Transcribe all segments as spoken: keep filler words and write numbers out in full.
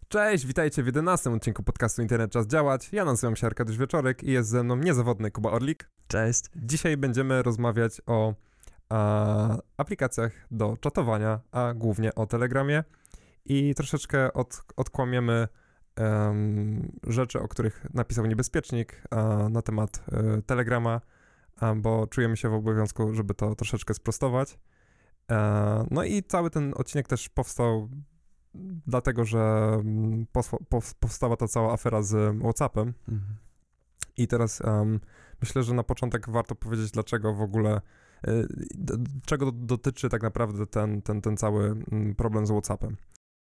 Cześć, witajcie w jedenastym odcinku podcastu Internet Czas Działać. Ja nazywam się Arkadiusz Wieczorek i jest ze mną niezawodny Kuba Orlik. Cześć. Dzisiaj będziemy rozmawiać o a, aplikacjach do czatowania, a głównie o Telegramie i troszeczkę od, odkłamiemy um, rzeczy, o których napisał Niebezpiecznik a, na temat e, Telegrama, a, bo czujemy się w obowiązku, żeby to troszeczkę sprostować. E, no i cały ten odcinek też powstał dlatego, że powstała ta cała afera z WhatsAppem. Mhm. I teraz um, myślę, że na początek warto powiedzieć, dlaczego w ogóle, y, d- czego dotyczy tak naprawdę ten, ten, ten cały problem z WhatsAppem.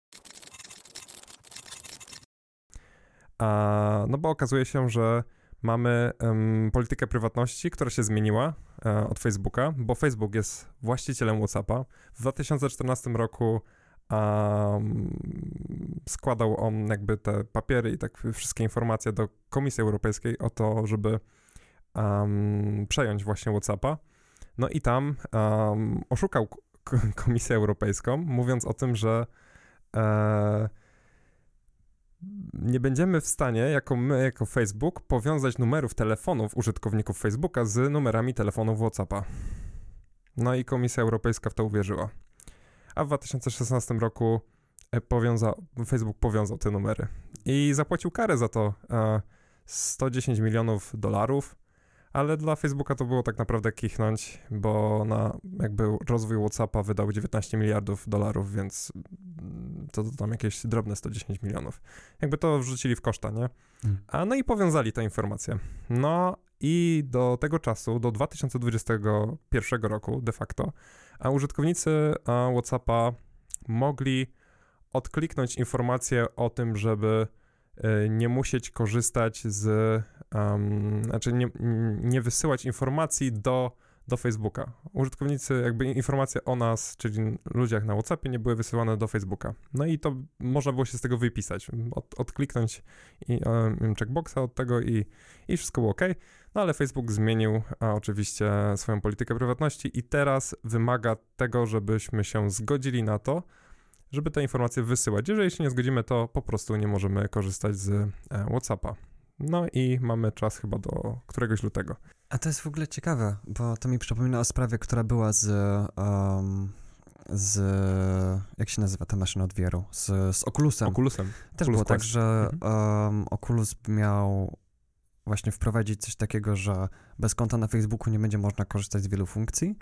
A, no bo okazuje się, że mamy um, politykę prywatności, która się zmieniła e, od Facebooka, bo Facebook jest właścicielem WhatsAppa. W dwa tysiące czternastym roku Um, składał on jakby te papiery i tak wszystkie informacje do Komisji Europejskiej o to, żeby um, przejąć właśnie WhatsAppa. No i tam um, oszukał k- Komisję Europejską, mówiąc o tym, że e, nie będziemy w stanie, jako my, jako Facebook, powiązać numerów telefonów użytkowników Facebooka z numerami telefonów WhatsAppa. No i Komisja Europejska w to uwierzyła. A w dwa tysiące szesnastym roku powiąza, Facebook powiązał te numery i zapłacił karę za to e, sto dziesięć milionów dolarów, ale dla Facebooka to było tak naprawdę kichnąć, bo na jakby rozwój WhatsAppa wydał dziewiętnaście miliardów dolarów, więc to, to tam jakieś drobne sto dziesięć milionów. Jakby to wrzucili w koszta, nie? Hmm. A no i powiązali te informacje. No i do tego czasu, do dwa tysiące dwudziestego pierwszego roku de facto, a użytkownicy a WhatsAppa mogli odkliknąć informację o tym, żeby y, nie musieć korzystać z, um, znaczy nie, nie wysyłać informacji do, do Facebooka. Użytkownicy, jakby informacje o nas, czyli ludziach na WhatsAppie, nie były wysyłane do Facebooka. No i to można było się z tego wypisać, od, odkliknąć i, um, checkboxa od tego i, i wszystko było ok. No ale Facebook zmienił a, oczywiście swoją politykę prywatności i teraz wymaga tego, żebyśmy się zgodzili na to, żeby te informacje wysyłać. Jeżeli się nie zgodzimy, to po prostu nie możemy korzystać z e, WhatsAppa. No i mamy czas chyba do któregoś lutego. A to jest w ogóle ciekawe, bo to mi przypomina o sprawie, która była z, um, z jak się nazywa ta maszyna od V R-u? Z, z Oculusem. Oculusem. Też Oculus było tak, Quest. że mhm. um, Oculus miał właśnie wprowadzić coś takiego, że bez konta na Facebooku nie będzie można korzystać z wielu funkcji.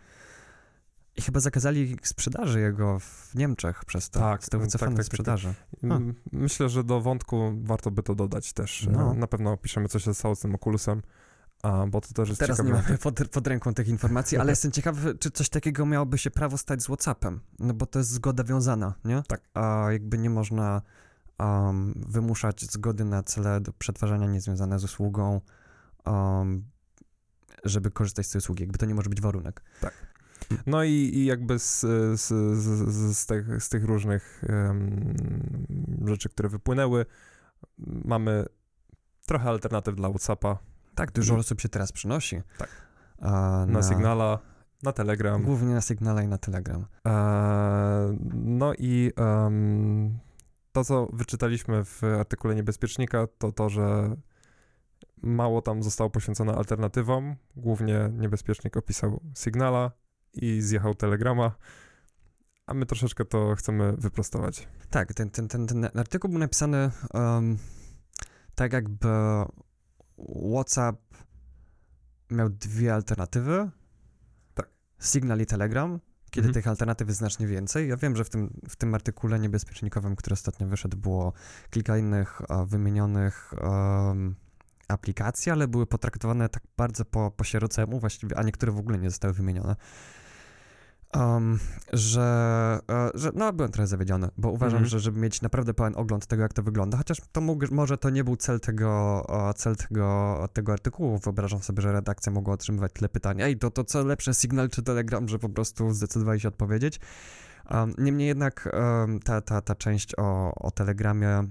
I chyba zakazali sprzedaży jego w Niemczech przez to. Tak, z tą wycofanej tak, tak, sprzedaży. Tak, tak. Myślę, że do wątku warto by to dodać też. No. Na pewno piszemy, co się stało z tym Oculusem, a, bo to też jest Teraz ciekawe. nie mamy pod, pod ręką tych informacji, ale jestem ciekawy, czy coś takiego miałoby się prawo stać z WhatsAppem, no bo to jest zgoda wiązana, nie? Tak. A jakby nie można um, wymuszać zgody na cele do przetwarzania niezwiązane z usługą, um, żeby korzystać z tej usługi. Jakby to nie może być warunek. Tak. No i, i jakby z, z, z, z, tych, z tych różnych um, rzeczy, które wypłynęły, mamy trochę alternatyw dla WhatsAppa. Tak, dużo I... osób się teraz przenosi. Tak. A, na, na Signala, na Telegram. Głównie na Signala i na Telegram. E, no i um, to, co wyczytaliśmy w artykule Niebezpiecznika, to to, że mało tam zostało poświęcone alternatywom. Głównie Niebezpiecznik opisał Signala i zjechał Telegrama, a my troszeczkę to chcemy wyprostować. Tak, ten, ten, ten, ten artykuł był napisany um, tak jakby WhatsApp miał dwie alternatywy. Tak. Signal i Telegram, kiedy mhm. tych alternatyw jest znacznie więcej. Ja wiem, że w tym, w tym artykule niebezpiecznikowym, który ostatnio wyszedł, było kilka innych uh, wymienionych um, aplikacji, ale były potraktowane tak bardzo po, po sierocemu właściwie, a niektóre w ogóle nie zostały wymienione. Um, że, uh, że no byłem trochę zawiedziony, bo uważam, mm-hmm. że żeby mieć naprawdę pełen ogląd tego, jak to wygląda, chociaż to mógł, może to nie był cel tego, uh, cel tego, tego artykułu. Wyobrażam sobie, że redakcja mogła otrzymywać tyle pytań. Ej, to, to co lepsze, Signal czy Telegram, że po prostu zdecydowali się odpowiedzieć. Um, niemniej jednak um, ta, ta, ta część o, o Telegramie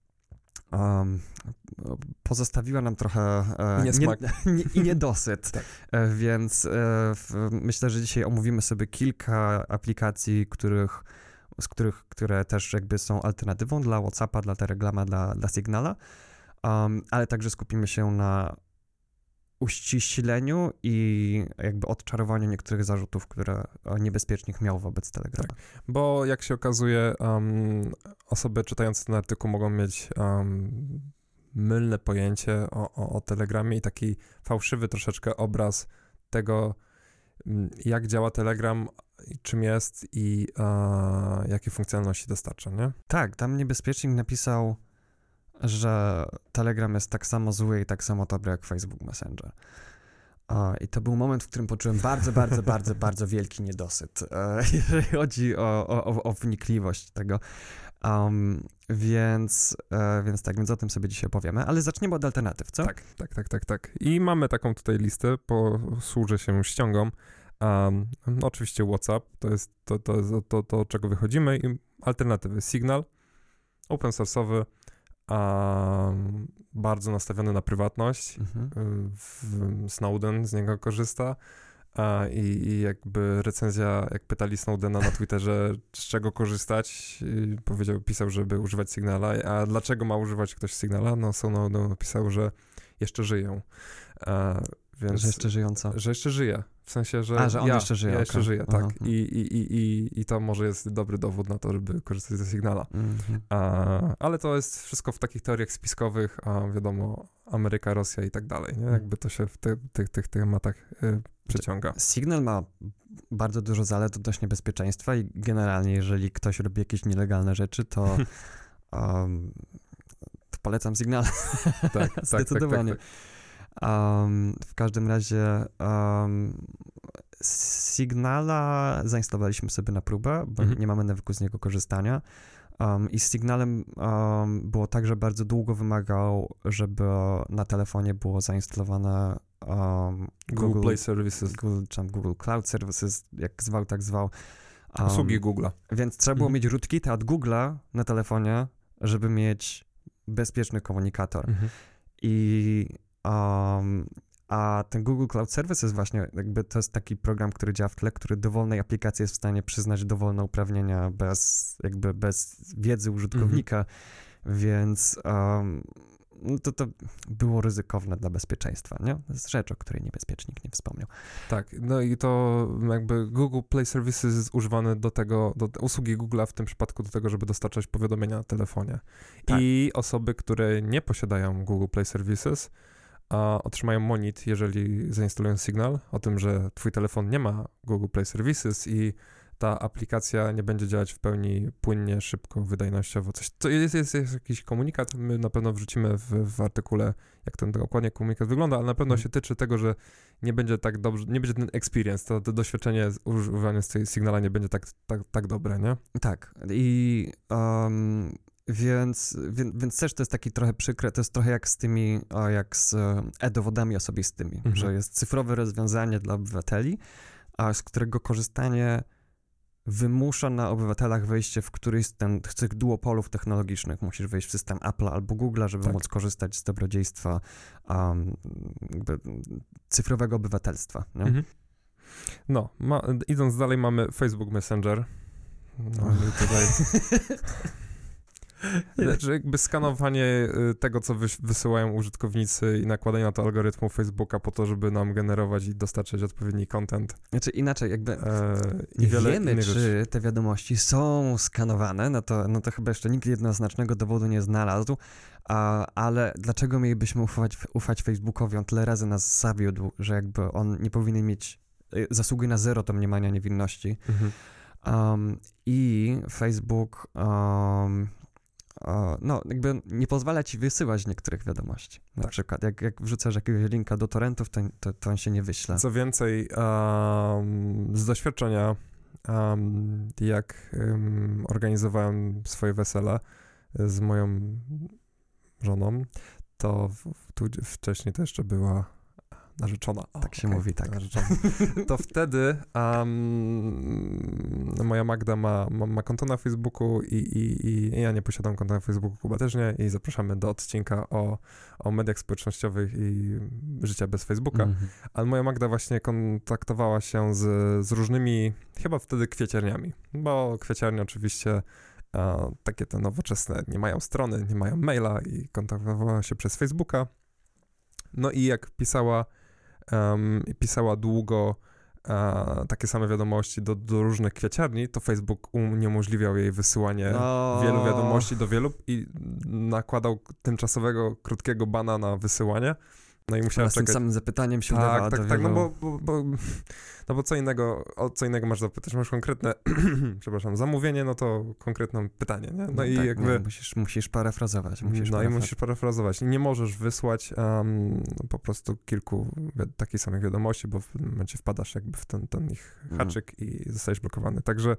Um, pozostawiła nam trochę e, niesmak nie, nie, i niedosyt, tak. e, więc e, w, myślę, że dzisiaj omówimy sobie kilka aplikacji, których z których, które też jakby są alternatywą dla WhatsAppa, dla Telegrama, dla, dla Signala, um, ale także skupimy się na uściśleniu i jakby odczarowaniu niektórych zarzutów, które niebezpiecznik miał wobec Telegrama. Tak, bo jak się okazuje, um, osoby czytające ten artykuł mogą mieć um, mylne pojęcie o, o, o Telegramie i taki fałszywy troszeczkę obraz tego, jak działa Telegram, czym jest i uh, jakie funkcjonalności dostarcza, nie? Tak, tam niebezpiecznik napisał, że Telegram jest tak samo zły i tak samo dobry jak Facebook Messenger. O, I to był moment, w którym poczułem bardzo, bardzo, bardzo, bardzo wielki niedosyt, e, jeżeli chodzi o, o, o wnikliwość tego. Um, więc, e, więc tak, więc o tym sobie dzisiaj opowiemy, ale zaczniemy od alternatyw, co? Tak, tak, tak, tak, tak. I mamy taką tutaj listę, posłużę się ściągą. Um, no oczywiście WhatsApp, to jest to, to, to, to, to, od czego wychodzimy i alternatywy Signal, open source'owy, um, bardzo nastawiony na prywatność, mhm. w, Snowden z niego korzysta a, i, i jakby recenzja, jak pytali Snowdena na Twitterze, z czego korzystać, powiedział, pisał, żeby używać Signala, a dlaczego ma używać ktoś Signala? No Snowden napisał, że jeszcze żyją. A, Więc, że jeszcze żyjąca. Że jeszcze żyje. W sensie, że. A, że on ja, jeszcze żyje. Ja okay. jeszcze żyję, tak. Uh-huh. I, i, i, i, I to może jest dobry dowód na to, żeby korzystać ze Signala. Uh-huh. A, ale to jest wszystko w takich teoriach spiskowych, a wiadomo, Ameryka, Rosja i tak dalej. Nie? Jakby to się w tych ty, ty, ty, tematach y, przeciąga. Signal ma bardzo dużo zalet odnośnie niebezpieczeństwa i generalnie, jeżeli ktoś robi jakieś nielegalne rzeczy, to, um, to polecam Signal. Tak, zdecydowanie. Tak, tak, tak, tak. Um, w każdym razie um, Signala zainstalowaliśmy sobie na próbę, bo mhm. nie mamy nawyku z niego korzystania. Um, I z Signalem um, było tak, że bardzo długo wymagał, żeby na telefonie było zainstalowane um, Google, Google Play Services. Google, czy Google Cloud Services, jak zwał, tak zwał. Um, Usługi Google'a. Więc trzeba było mhm. mieć rootkita od Google'a na telefonie, żeby mieć bezpieczny komunikator. Mhm. I Um, a ten Google Cloud Services właśnie, jakby to jest taki program, który działa w tle, który dowolnej aplikacji jest w stanie przyznać dowolne uprawnienia bez, jakby bez wiedzy użytkownika, mm-hmm. więc um, no to, to było ryzykowne dla bezpieczeństwa, nie? To jest rzecz, o której niebezpiecznik nie wspomniał. Tak, no i to jakby Google Play Services jest używany do tego, do usługi Google'a w tym przypadku do tego, żeby dostarczać powiadomienia na telefonie. Tak. I osoby, które nie posiadają Google Play Services, a otrzymają monit, jeżeli zainstalują Signal, o tym, że twój telefon nie ma Google Play Services i ta aplikacja nie będzie działać w pełni płynnie, szybko, wydajnościowo. Coś, to jest, jest, jest jakiś komunikat, my na pewno wrzucimy w, w artykule, jak ten dokładnie komunikat wygląda, ale na pewno hmm. się tyczy tego, że nie będzie tak dobrze, nie będzie ten experience, to, to doświadczenie używania z tej Signala nie będzie tak, tak, tak dobre, nie? Tak. I um, Więc, więc, więc też to jest taki trochę przykre, to jest trochę jak z tymi, o, jak z e-dowodami osobistymi, mhm. że jest cyfrowe rozwiązanie dla obywateli, a z którego korzystanie wymusza na obywatelach wejście w któryś z, ten, z tych duopolów technologicznych. Musisz wejść w system Apple'a albo Google'a, żeby tak. móc korzystać z dobrodziejstwa um, jakby cyfrowego obywatelstwa. Nie? Mhm. No, ma, idąc dalej mamy Facebook Messenger. No i tutaj... Znaczy jakby skanowanie tego, co wy, wysyłają użytkownicy i nakładanie na to algorytmu Facebooka po to, żeby nam generować i dostarczać odpowiedni content. Znaczy inaczej, jakby e, nie wiemy, czy rzeczy. te wiadomości są skanowane, no to, no to chyba jeszcze nikt jednoznacznego dowodu nie znalazł, a, ale dlaczego mielibyśmy ufać, ufać Facebookowi? On tyle razy nas zawiódł, że jakby on nie powinien mieć, zasługuje na zero domniemania niewinności. Mhm. Um, I Facebook... Um, no, jakby nie pozwala ci wysyłać niektórych wiadomości. Na tak. przykład, jak, jak wrzucasz jakiegoś linka do torrentów, to, to, to on się nie wyśle. Co więcej, um, z doświadczenia, um, jak um, organizowałem swoje wesele z moją żoną, to w, tu wcześniej to jeszcze była narzeczona. O, tak się okay, mówi, tak. Narzeczona. To wtedy um, moja Magda ma, ma, ma konto na Facebooku i, i, i ja nie posiadam konta na Facebooku, Kuba też nie i zapraszamy do odcinka o, o mediach społecznościowych i życia bez Facebooka. Mm-hmm. Ale moja Magda właśnie kontaktowała się z, z różnymi, chyba wtedy kwieciarniami, bo kwieciarnie oczywiście a, takie te nowoczesne nie mają strony, nie mają maila i kontaktowała się przez Facebooka. No i jak pisała, um, pisała długo uh, takie same wiadomości do, do różnych kwieciarni, to Facebook uniemożliwiał jej wysyłanie no. wielu wiadomości do wielu i nakładał tymczasowego, krótkiego bana na wysyłanie. No i musiała czekać. Z tym samym zapytaniem się tak, udawała tak, do tak, wielu... no bo, bo, bo, no bo co innego, o co innego masz zapytać, masz konkretne, przepraszam, zamówienie, no to konkretne pytanie, nie? No, no i tak, jakby... Nie, musisz, musisz parafrazować. Musisz no parafra... i musisz parafrazować. Nie możesz wysłać um, po prostu kilku wi- takich samych wiadomości, bo w pewnym momencie wpadasz jakby w ten, ten ich haczyk mm. i zostajesz blokowany. Także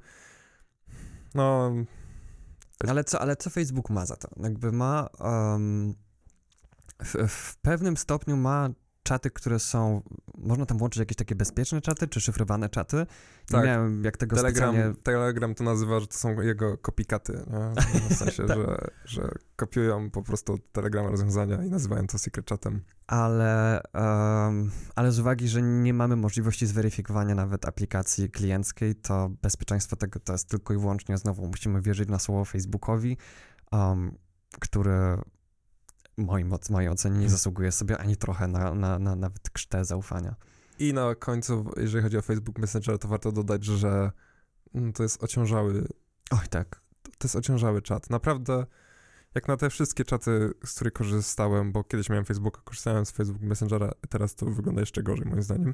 no... Ale co, ale co Facebook ma za to? Jakby ma... Um... W, w pewnym stopniu ma czaty, które są, można tam włączyć jakieś takie bezpieczne czaty, czy szyfrowane czaty. Nie tak. miałem jak tego Telegram, specjalnie... Telegram to nazywa, że to są jego kopikaty, nie? W sensie, tak. że, że kopiują po prostu Telegrama rozwiązania i nazywają to secret chatem. Ale, um, ale z uwagi, że nie mamy możliwości zweryfikowania nawet aplikacji klienckiej, to bezpieczeństwo tego to jest tylko i wyłącznie, znowu musimy wierzyć na słowo Facebookowi, um, który... Moim, w mojej ocenie nie zasługuje sobie ani trochę na, na, na nawet krztę zaufania. I na końcu, jeżeli chodzi o Facebook Messenger, to warto dodać, że to jest ociążały... Oj, tak. To jest ociążały czat. Naprawdę, jak na te wszystkie czaty, z których korzystałem, bo kiedyś miałem Facebooka, korzystałem z Facebook Messengera, teraz to wygląda jeszcze gorzej, moim zdaniem.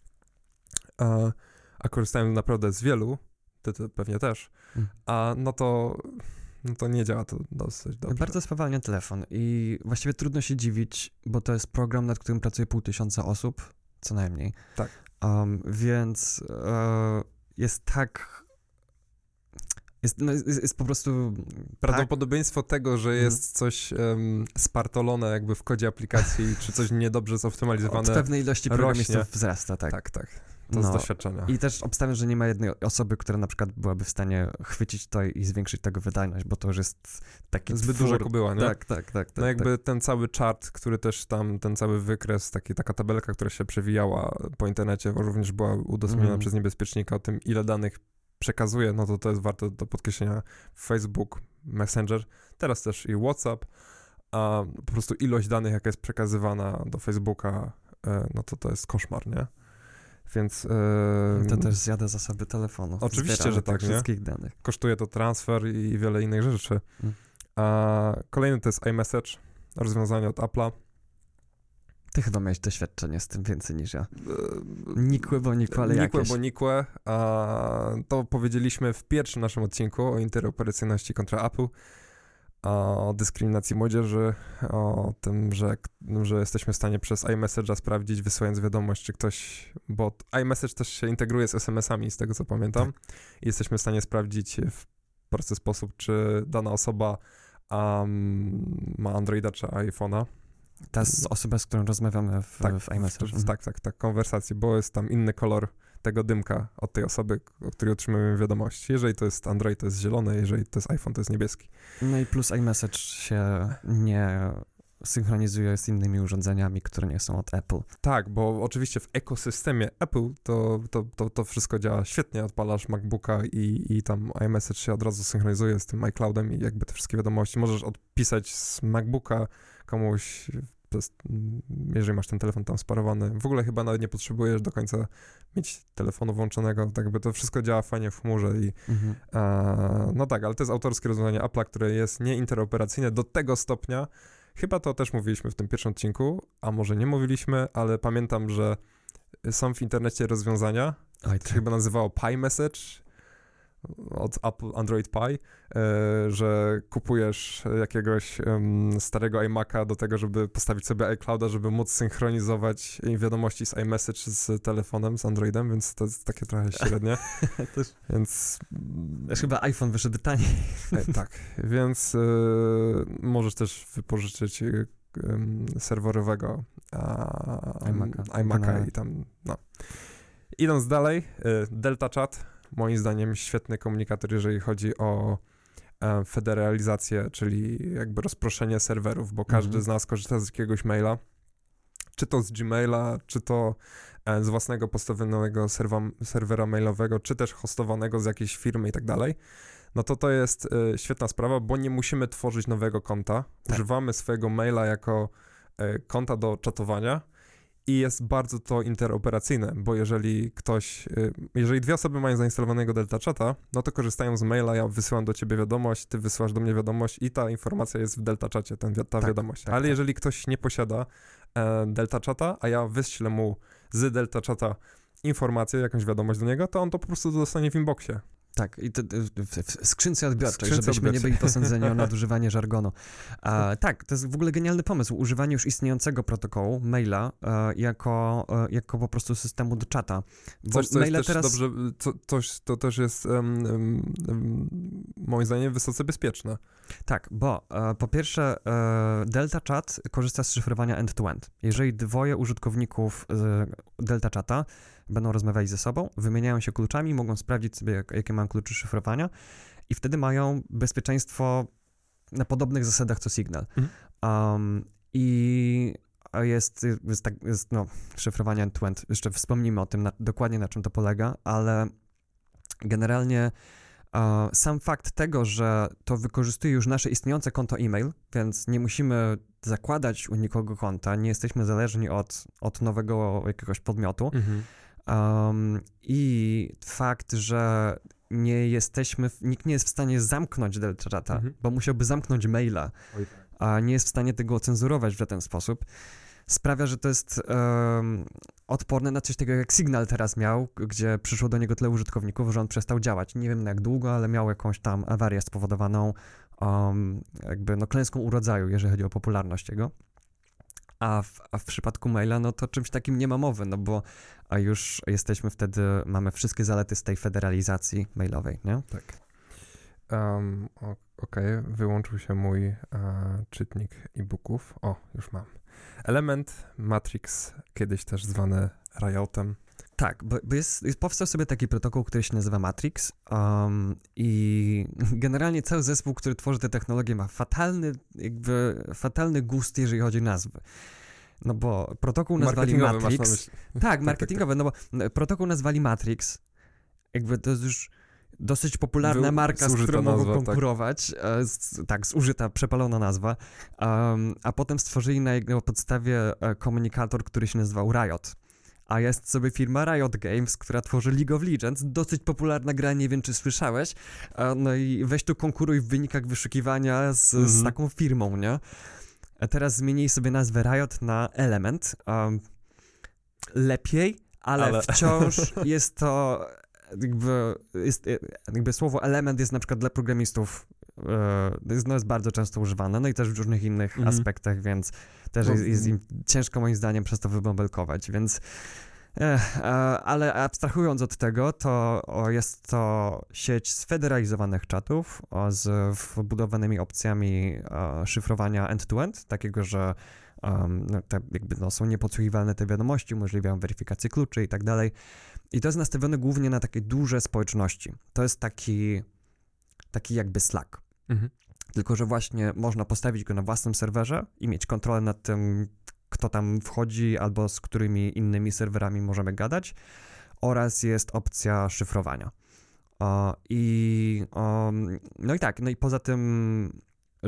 A, a korzystałem naprawdę z wielu, ty, ty pewnie też, hmm. a no to... No to nie działa to dosyć dobrze. Bardzo spowalnia telefon i właściwie trudno się dziwić, bo to jest program, nad którym pracuje pół tysiąca osób, co najmniej. Tak. Um, więc e, jest tak... Jest, no, jest, jest po prostu... Prawdopodobieństwo tak. tego, że jest hmm. coś um, spartolone jakby w kodzie aplikacji, czy coś niedobrze zoptymalizowane, od pewnej ilości programistów wzrasta, tak. Tak, tak. To no. z doświadczenia. I też obstawiam, że nie ma jednej osoby, która na przykład byłaby w stanie chwycić to i zwiększyć tego wydajność, bo to już jest taki Zbyt twór. duża kubyła, nie? Tak, tak, tak. No tak, jakby tak. ten cały chart, który też tam, ten cały wykres, taki, taka tabelka, która się przewijała po internecie, również była udostępniona mm. przez niebezpiecznika o tym, ile danych przekazuje, no to to jest warte do podkreślenia. Facebook, Messenger, teraz też i WhatsApp, a po prostu ilość danych, jaka jest przekazywana do Facebooka, no to to jest koszmar, nie? Więc... Yy, to też zjada zasoby telefonu. Oczywiście, że tak, nie? Wszystkich danych. Kosztuje to transfer i wiele innych rzeczy. Hmm. A kolejny to jest iMessage, rozwiązanie od Apple'a. Ty chyba miałeś doświadczenie z tym więcej niż ja. Nikłe, bo nikłe, ale nikłe, jakieś. bo nikłe. A to powiedzieliśmy w pierwszym naszym odcinku o interoperacyjności kontra Apple, o dyskryminacji młodzieży, o tym, że, że jesteśmy w stanie przez iMessage'a sprawdzić, wysyłając wiadomość, czy ktoś, bo iMessage też się integruje z es em esami, z tego co pamiętam, tak. I jesteśmy w stanie sprawdzić w prosty sposób, czy dana osoba um, ma Androida czy iPhone'a. Ta jest osoba, z którą rozmawiamy w, tak, w iMessage. W, tak, tak, tak, konwersacji, bo jest tam inny kolor tego dymka od tej osoby, od której otrzymujemy wiadomości. Jeżeli to jest Android, to jest zielony, jeżeli to jest iPhone, to jest niebieski. No i plus iMessage się nie synchronizuje z innymi urządzeniami, które nie są od Apple. Tak, bo oczywiście w ekosystemie Apple to, to, to, to wszystko działa świetnie. Odpalasz MacBooka i, i tam iMessage się od razu synchronizuje z tym iCloudem i jakby te wszystkie wiadomości możesz odpisać z MacBooka komuś, jeżeli masz ten telefon tam sparowany. W ogóle chyba nawet nie potrzebujesz do końca mieć telefonu włączonego, tak by to wszystko działa fajnie w chmurze i mhm. e, no tak, ale to jest autorskie rozwiązanie Apple'a, które jest nieinteroperacyjne do tego stopnia. Chyba to też mówiliśmy w tym pierwszym odcinku, a może nie mówiliśmy, ale pamiętam, że są w internecie rozwiązania, Oj, to się chyba nazywało Pi Message od Apple Android Pi, e, że kupujesz jakiegoś um, starego iMac'a do tego, żeby postawić sobie iClouda, żeby móc synchronizować wiadomości z iMessage z telefonem, z Androidem, więc to jest takie trochę średnie. Też, więc... Też chyba iPhone wyszedł taniej. E, tak, więc e, możesz też wypożyczyć e, serwerowego iMac'a. iMac'a i tam, no. Idąc dalej, y, Delta Chat, moim zdaniem świetny komunikator, jeżeli chodzi o e, federalizację, czyli jakby rozproszenie serwerów, bo każdy Mhm. z nas korzysta z jakiegoś maila, czy to z Gmaila, czy to e, z własnego postawionego serwa, serwera mailowego, czy też hostowanego z jakiejś firmy i tak dalej. No to to jest e, świetna sprawa, bo nie musimy tworzyć nowego konta. Tak. Używamy swojego maila jako e, konta do czatowania i jest bardzo to interoperacyjne, bo jeżeli ktoś, e, jeżeli dwie osoby mają zainstalowanego Delta Chata, no to korzystają z maila, ja wysyłam do ciebie wiadomość, ty wysyłasz do mnie wiadomość i ta informacja jest w Delta Chacie, ten, wi- ta Tak, wiadomość. tak, Ale tak. jeżeli ktoś nie posiada e, Delta Chata, a ja wyślę mu z Delta Chata informację, jakąś wiadomość do niego, to on to po prostu dostanie w inboxie. Tak, i to, w, w, w skrzynce odbiorczej, skrzynce żebyśmy odbiorczej. nie byli posądzeni o nadużywanie żargonu. A, tak, to jest w ogóle genialny pomysł, używanie już istniejącego protokołu, maila, e, jako, e, jako po prostu systemu do czata. Bo Coś, co jest maile też teraz... dobrze, to, coś, to też jest um, um, um, moim zdaniem wysoce bezpieczne. Tak, bo e, po pierwsze e, Delta Chat korzysta z szyfrowania end-to-end. Jeżeli dwoje użytkowników e, Delta Chata będą rozmawiali ze sobą, wymieniają się kluczami, mogą sprawdzić sobie, jak, jakie mają klucze szyfrowania i wtedy mają bezpieczeństwo na podobnych zasadach co Signal. Mhm. Um, I jest, jest, tak, jest no, szyfrowanie end-to-end. Jeszcze wspomnimy o tym na, dokładnie, na czym to polega, ale generalnie Uh, sam fakt tego, że to wykorzystuje już nasze istniejące konto e-mail, więc nie musimy zakładać u nikogo konta, nie jesteśmy zależni od, od nowego jakiegoś podmiotu. Mhm. Um, I fakt, że nie jesteśmy, nikt nie jest w stanie zamknąć Delta Chata, Mhm. bo musiałby zamknąć maila, Oj, tak. a nie jest w stanie tego ocenzurować w żaden sposób, sprawia, że to jest um, odporne na coś takiego jak Signal teraz miał, gdzie przyszło do niego tyle użytkowników, że on przestał działać. Nie wiem na jak długo, ale miał jakąś tam awarię spowodowaną um, jakby no klęską urodzaju, jeżeli chodzi o popularność jego. A w, a w przypadku maila, no to czymś takim nie ma mowy, no bo a już jesteśmy wtedy, mamy wszystkie zalety z tej federalizacji mailowej, nie? Tak. Um, o- Okej, okay. Wyłączył się mój e, czytnik e-booków. O, już mam. Element Matrix, kiedyś też zwany Riotem. Tak, bo, bo jest, jest, powstał sobie taki protokół, który się nazywa Matrix um, i generalnie cały zespół, który tworzy tę technologię, ma fatalny, jakby fatalny gust, jeżeli chodzi o nazwy. No bo protokół nazwali Marketingowy masz na Matrix. myśli. Tak, marketingowy, no bo no, protokół nazwali Matrix. Jakby to jest już dosyć popularna Był- marka, z zużyta którą mogą nazwa, tak. konkurować. E, z, tak, zużyta, przepalona nazwa. Um, a potem stworzyli na jego podstawie e, komunikator, który się nazywał Riot. A jest sobie firma Riot Games, która tworzy League of Legends, dosyć popularna gra, nie wiem czy słyszałeś. E, no i weź tu konkuruj w wynikach wyszukiwania z, Mhm. z taką firmą, nie? A teraz zmienili sobie nazwę Riot na Element. Um, lepiej, ale, Ale- wciąż jest to jakby, jest, jakby słowo element jest na przykład dla programistów e, jest, no jest bardzo często używane, no i też w różnych innych Mhm. aspektach, więc też No, jest, jest im ciężko moim zdaniem przez to wybąbelkować, więc eh, e, ale abstrahując od tego, to o, jest to sieć sfederalizowanych czatów o, z wbudowanymi opcjami e, szyfrowania end-to-end, takiego, że um, no, te, jakby, no, są niepodsłuchiwalne te wiadomości, umożliwiają weryfikację kluczy i tak dalej. I to jest nastawione głównie na takie duże społeczności. To jest taki, taki jakby Slack. Mhm. Tylko że właśnie można postawić go na własnym serwerze i mieć kontrolę nad tym, kto tam wchodzi albo z którymi innymi serwerami możemy gadać. Oraz jest opcja szyfrowania. O, i, um, no i tak, no i poza tym,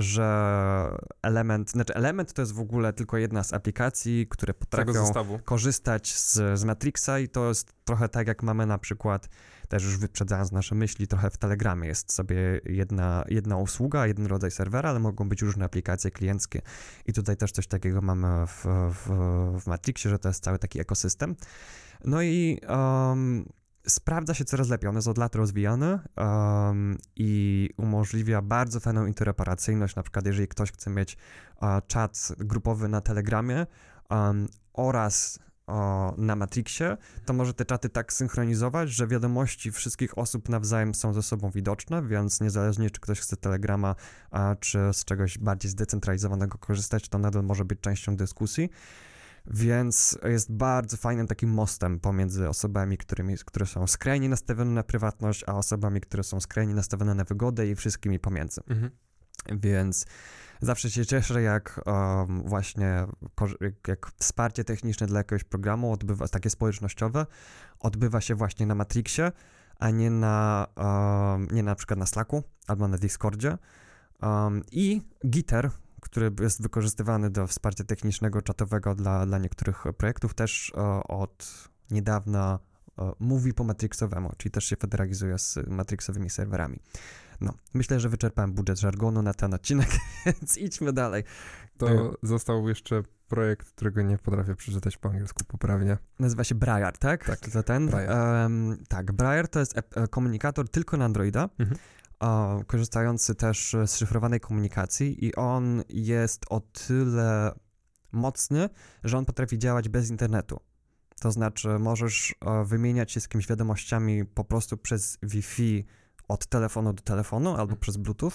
że element, znaczy element to jest w ogóle tylko jedna z aplikacji, które Tego potrafią zestawu. korzystać z, z Matrixa i to jest trochę tak, jak mamy na przykład, też już wyprzedzając nasze myśli, trochę w Telegramie jest sobie jedna, jedna usługa, jeden rodzaj serwera, ale mogą być różne aplikacje klienckie i tutaj też coś takiego mamy w, w, w Matrixie, że to jest cały taki ekosystem. No i um, sprawdza się coraz lepiej, on jest od lat rozwijany um, i umożliwia bardzo fajną interoperacyjność, na przykład jeżeli ktoś chce mieć uh, czat grupowy na Telegramie um, oraz o, na Matrixie, to może te czaty tak synchronizować, że wiadomości wszystkich osób nawzajem są ze sobą widoczne, więc niezależnie czy ktoś chce Telegrama, a, czy z czegoś bardziej zdecentralizowanego korzystać, to nadal może być częścią dyskusji. Więc jest bardzo fajnym takim mostem pomiędzy osobami, którymi, które są skrajnie nastawione na prywatność, a osobami, które są skrajnie nastawione na wygodę i wszystkimi pomiędzy. Mhm. Więc zawsze się cieszę, jak um, właśnie jak, jak wsparcie techniczne dla jakiegoś programu odbywa, takie społecznościowe, odbywa się właśnie na Matrixie, a nie na, um, nie na przykład na Slacku albo na Discordzie. Um, I Gitter, który jest wykorzystywany do wsparcia technicznego, czatowego dla, dla niektórych projektów, też uh, od niedawna uh, mówi po Matrixowemu, czyli też się federalizuje z Matrixowymi serwerami. No, myślę, że wyczerpałem budżet żargonu na ten odcinek, więc idźmy dalej. To y- został jeszcze projekt, którego nie potrafię przeczytać po angielsku poprawnie. Nazywa się Briar, tak? Tak, to ten? Briar. Um, tak, Briar to jest e- komunikator tylko na Androida, mhm. o, korzystający też z szyfrowanej komunikacji i on jest o tyle mocny, że on potrafi działać bez internetu. To znaczy możesz o, wymieniać się z kimś wiadomościami po prostu przez Wi-Fi od telefonu do telefonu albo hmm. przez Bluetooth,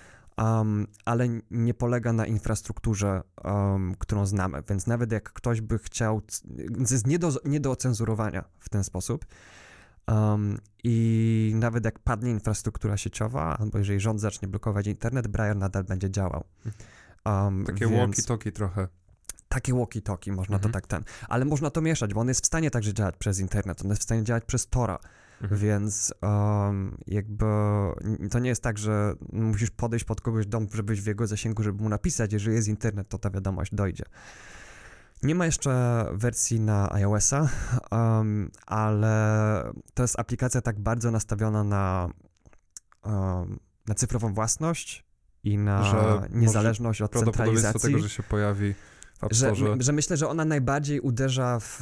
um, ale nie polega na infrastrukturze, um, którą znamy, więc nawet jak ktoś by chciał, jest nie do, nie do ocenzurowania w ten sposób um, i nawet jak padnie infrastruktura sieciowa, albo jeżeli rząd zacznie blokować internet, Briar nadal będzie działał. Um, Takie więc... walkie-talkie trochę. Takie walkie-talkie, można mhm. to tak ten, ale można to mieszać, bo on jest w stanie także działać przez internet, on jest w stanie działać przez Tora. Mhm. Więc um, jakby to nie jest tak, że musisz podejść pod kogoś dom, żebyś w jego zasięgu, żeby mu napisać, jeżeli jest internet, to ta wiadomość dojdzie. Nie ma jeszcze wersji na iOS-a, um, ale to jest aplikacja tak bardzo nastawiona na, um, na cyfrową własność i na że niezależność od centralizacji. tego, że się pojawi w App Store. Że, że myślę, że ona najbardziej uderza w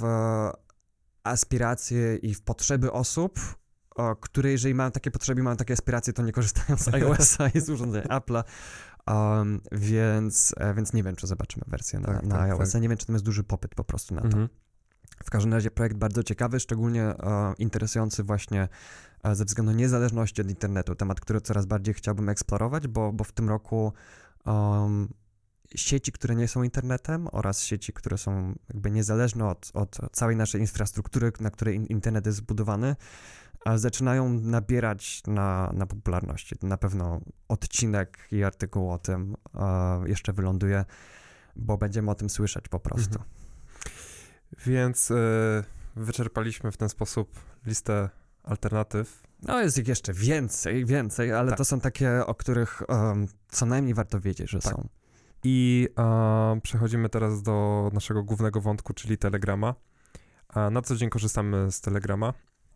aspiracje i w potrzeby osób, o, które jeżeli mają takie potrzeby, mają takie aspiracje, to nie korzystają z iOS-a i z urządzenia Apple'a, um, więc, więc nie wiem, czy zobaczymy wersję na, tak, na tak, iOS-a, tak. Nie wiem, czy tam jest duży popyt po prostu na to. Mhm. W każdym razie projekt bardzo ciekawy, szczególnie e, interesujący właśnie e, ze względu na niezależności od internetu, temat, który coraz bardziej chciałbym eksplorować, bo, bo w tym roku um, sieci, które nie są internetem oraz sieci, które są jakby niezależne od, od całej naszej infrastruktury, na której internet jest zbudowany, zaczynają nabierać na, na popularności. Na pewno odcinek i artykuł o tym uh, jeszcze wyląduje, bo będziemy o tym słyszeć po prostu. Mhm. Więc y, wyczerpaliśmy w ten sposób listę alternatyw. No jest ich jeszcze więcej, więcej, ale tak. To są takie, o których um, co najmniej warto wiedzieć, że tak. są. I e, przechodzimy teraz do naszego głównego wątku, czyli Telegrama. E, na co dzień korzystamy z Telegrama.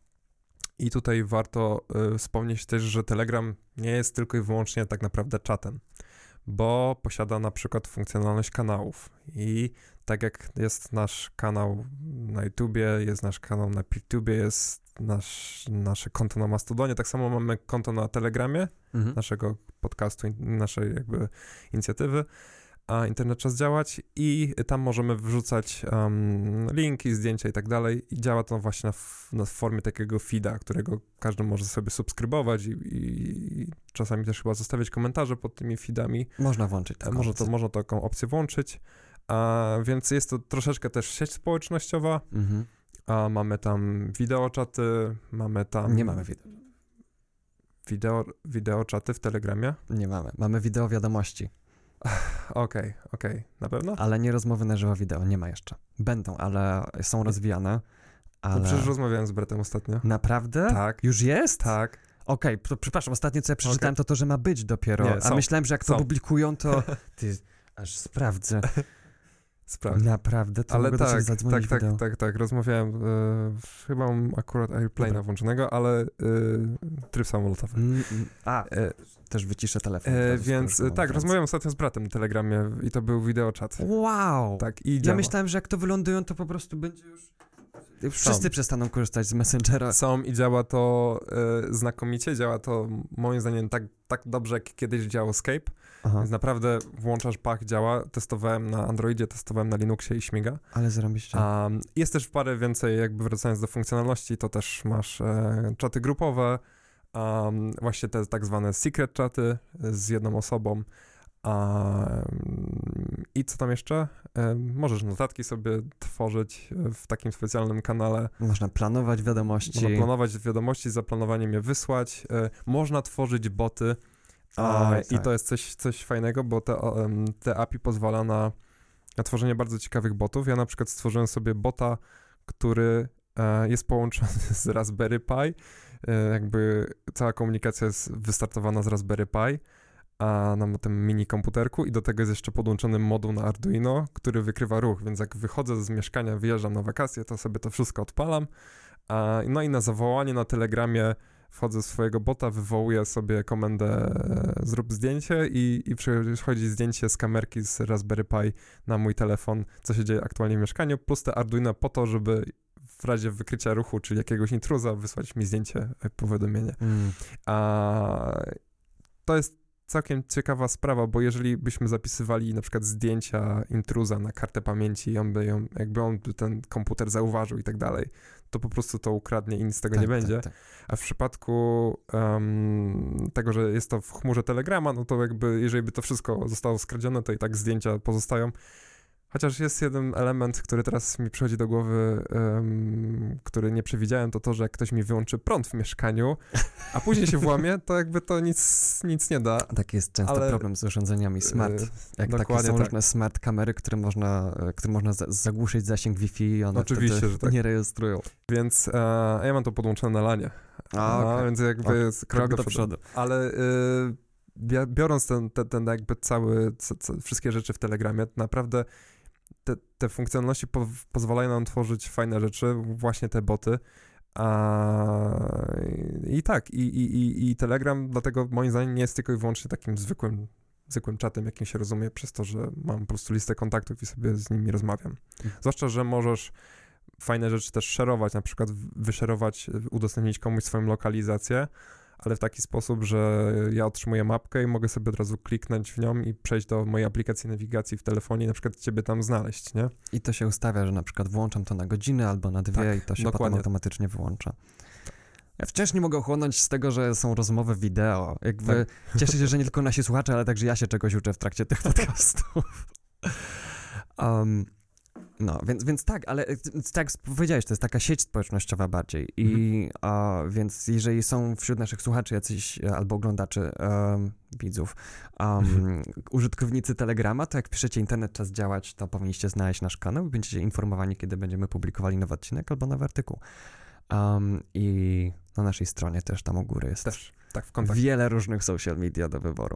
I tutaj warto e, wspomnieć też, że Telegram nie jest tylko i wyłącznie tak naprawdę czatem, bo posiada na przykład funkcjonalność kanałów. I tak jak jest nasz kanał na YouTubie, jest nasz kanał na PeerTubie, jest nasz, nasze konto na Mastodonie, tak samo mamy konto na Telegramie, mhm. naszego podcastu, naszej jakby inicjatywy, a internet czas działać i tam możemy wrzucać um, linki, zdjęcia i tak dalej i działa to właśnie na, f- na formie takiego feeda, którego każdy może sobie subskrybować i, i, i czasami też chyba zostawiać komentarze pod tymi feedami. Można włączyć taką Można opcję. to, można taką opcję włączyć, a, więc jest to troszeczkę też sieć społecznościowa, mhm. a mamy tam wideoczaty, mamy tam... Nie mamy wideo. Wideo, wideoczaty w Telegramie? Nie mamy. Mamy wideo wiadomości. Okej, okej. Okay. Na pewno? Ale nie rozmowy na żywo wideo, nie ma jeszcze. Będą, ale są rozwijane. Ale... No przecież rozmawiałem z Bretem ostatnio. Naprawdę? Tak. Już jest? Tak. Okej, okay, przepraszam, ostatnio co ja przeczytałem, okay. to to, że ma być dopiero, nie, a myślałem, że jak to są. publikują, to... Ty, aż sprawdzę. Sprawdź. Naprawdę? To ale mogę tak, do ciebie zadzwonić tak, wideo. tak, tak, tak, rozmawiałem, y, chyba mam akurat AirPlane'a włączonego, ale y, tryb samolotowy. Mm, mm, a, y, też wyciszę telefon. Y, więc y, tak, rozmawiałem ostatnio z bratem na Telegramie i to był wideoczat. Wow! Tak, i ja działa. myślałem, że jak to wylądują, to po prostu będzie już... Wszyscy Są. przestaną korzystać z Messengera. Są i działa to y, znakomicie, działa to moim zdaniem tak, tak dobrze, jak kiedyś działał Skype. Aha. Więc naprawdę włączasz, pach, działa. Testowałem na Androidzie, testowałem na Linuxie i śmiga. Ale zarobiście. Um, jest też parę więcej, jakby wracając do funkcjonalności, to też masz e, czaty grupowe, um, właśnie te tak zwane secret czaty z jedną osobą. Um, I co tam jeszcze? Um, możesz notatki sobie tworzyć w takim specjalnym kanale. Można planować wiadomości. Można planować wiadomości, za planowaniem je wysłać. Um, można tworzyć boty. A, I tak. to jest coś, coś fajnego, bo te, um, te A P I pozwala na, na tworzenie bardzo ciekawych botów. Ja na przykład stworzyłem sobie bota, który e, jest połączony z Raspberry Pi. E, jakby cała komunikacja jest wystartowana z Raspberry Pi, a na tym mini komputerku i do tego jest jeszcze podłączony moduł na Arduino, który wykrywa ruch, więc jak wychodzę z mieszkania, wyjeżdżam na wakacje, to sobie to wszystko odpalam. A, no i na zawołanie na Telegramie wchodzę w swojego bota, wywołuję sobie komendę e, zrób zdjęcie i, i przychodzi zdjęcie z kamerki z Raspberry Pi na mój telefon, co się dzieje aktualnie w mieszkaniu, plus te Arduino po to, żeby w razie wykrycia ruchu, czyli jakiegoś intruza, wysłać mi zdjęcie, powiadomienie. Mm. A to jest całkiem ciekawa sprawa, bo jeżeli byśmy zapisywali na przykład zdjęcia intruza na kartę pamięci i on by ją, jakby on by ten komputer zauważył i tak dalej, to po prostu to ukradnie i nic z tego tak, nie będzie. Tak, tak. A w przypadku um, tego, że jest to w chmurze Telegrama, no to jakby jeżeli by to wszystko zostało skradzione, to i tak zdjęcia pozostają. Chociaż jest jeden element, który teraz mi przychodzi do głowy, um, który nie przewidziałem, to to, że jak ktoś mi wyłączy prąd w mieszkaniu, a później się włamie, to jakby to nic, nic nie da. Taki jest często ale, problem z urządzeniami smart. Jak takie są tak. różne smart kamery, które można, które można za, zagłuszyć zasięg Wi-Fi i one Oczywiście, wtedy że tak. nie rejestrują. Więc e, ja mam to podłączone na lanie. A, okay. a więc jakby jest krok, krok do, do przodu. Ale y, biorąc ten, ten, ten jakby cały, c, c, wszystkie rzeczy w Telegramie, naprawdę Te, te funkcjonalności po, pozwalają nam tworzyć fajne rzeczy, właśnie te boty. A, i, I tak, i, i, i, i Telegram dlatego moim zdaniem nie jest tylko i wyłącznie takim zwykłym, zwykłym czatem, jakim się rozumie, przez to, że mam po prostu listę kontaktów i sobie z nimi rozmawiam. Mhm. Zwłaszcza, że możesz fajne rzeczy też szerować, na przykład wyszerować, udostępnić komuś swoją lokalizację, ale w taki sposób, że ja otrzymuję mapkę i mogę sobie od razu kliknąć w nią i przejść do mojej aplikacji nawigacji w telefonie i na przykład ciebie tam znaleźć, nie? I to się ustawia, że na przykład włączam to na godzinę albo na dwie tak, i to się dokładnie. Potem automatycznie wyłącza. Ja wciąż nie mogę ochłonąć z tego, że są rozmowy wideo. Jakby tak. Cieszę się, że nie tylko nasi słuchacze, ale także ja się czegoś uczę w trakcie tych podcastów. um, No, więc, więc tak, ale tak jak powiedziałeś, to jest taka sieć społecznościowa bardziej i mhm. a, więc jeżeli są wśród naszych słuchaczy jacyś albo oglądaczy, um, widzów, um, mhm. użytkownicy Telegrama, to jak piszecie internet czas działać, to powinniście znaleźć nasz kanał i będziecie informowani, kiedy będziemy publikowali nowy odcinek albo nowy artykuł. Um, I na naszej stronie też tam u góry jest też, tak, w kontakcie. Wiele różnych social media do wyboru.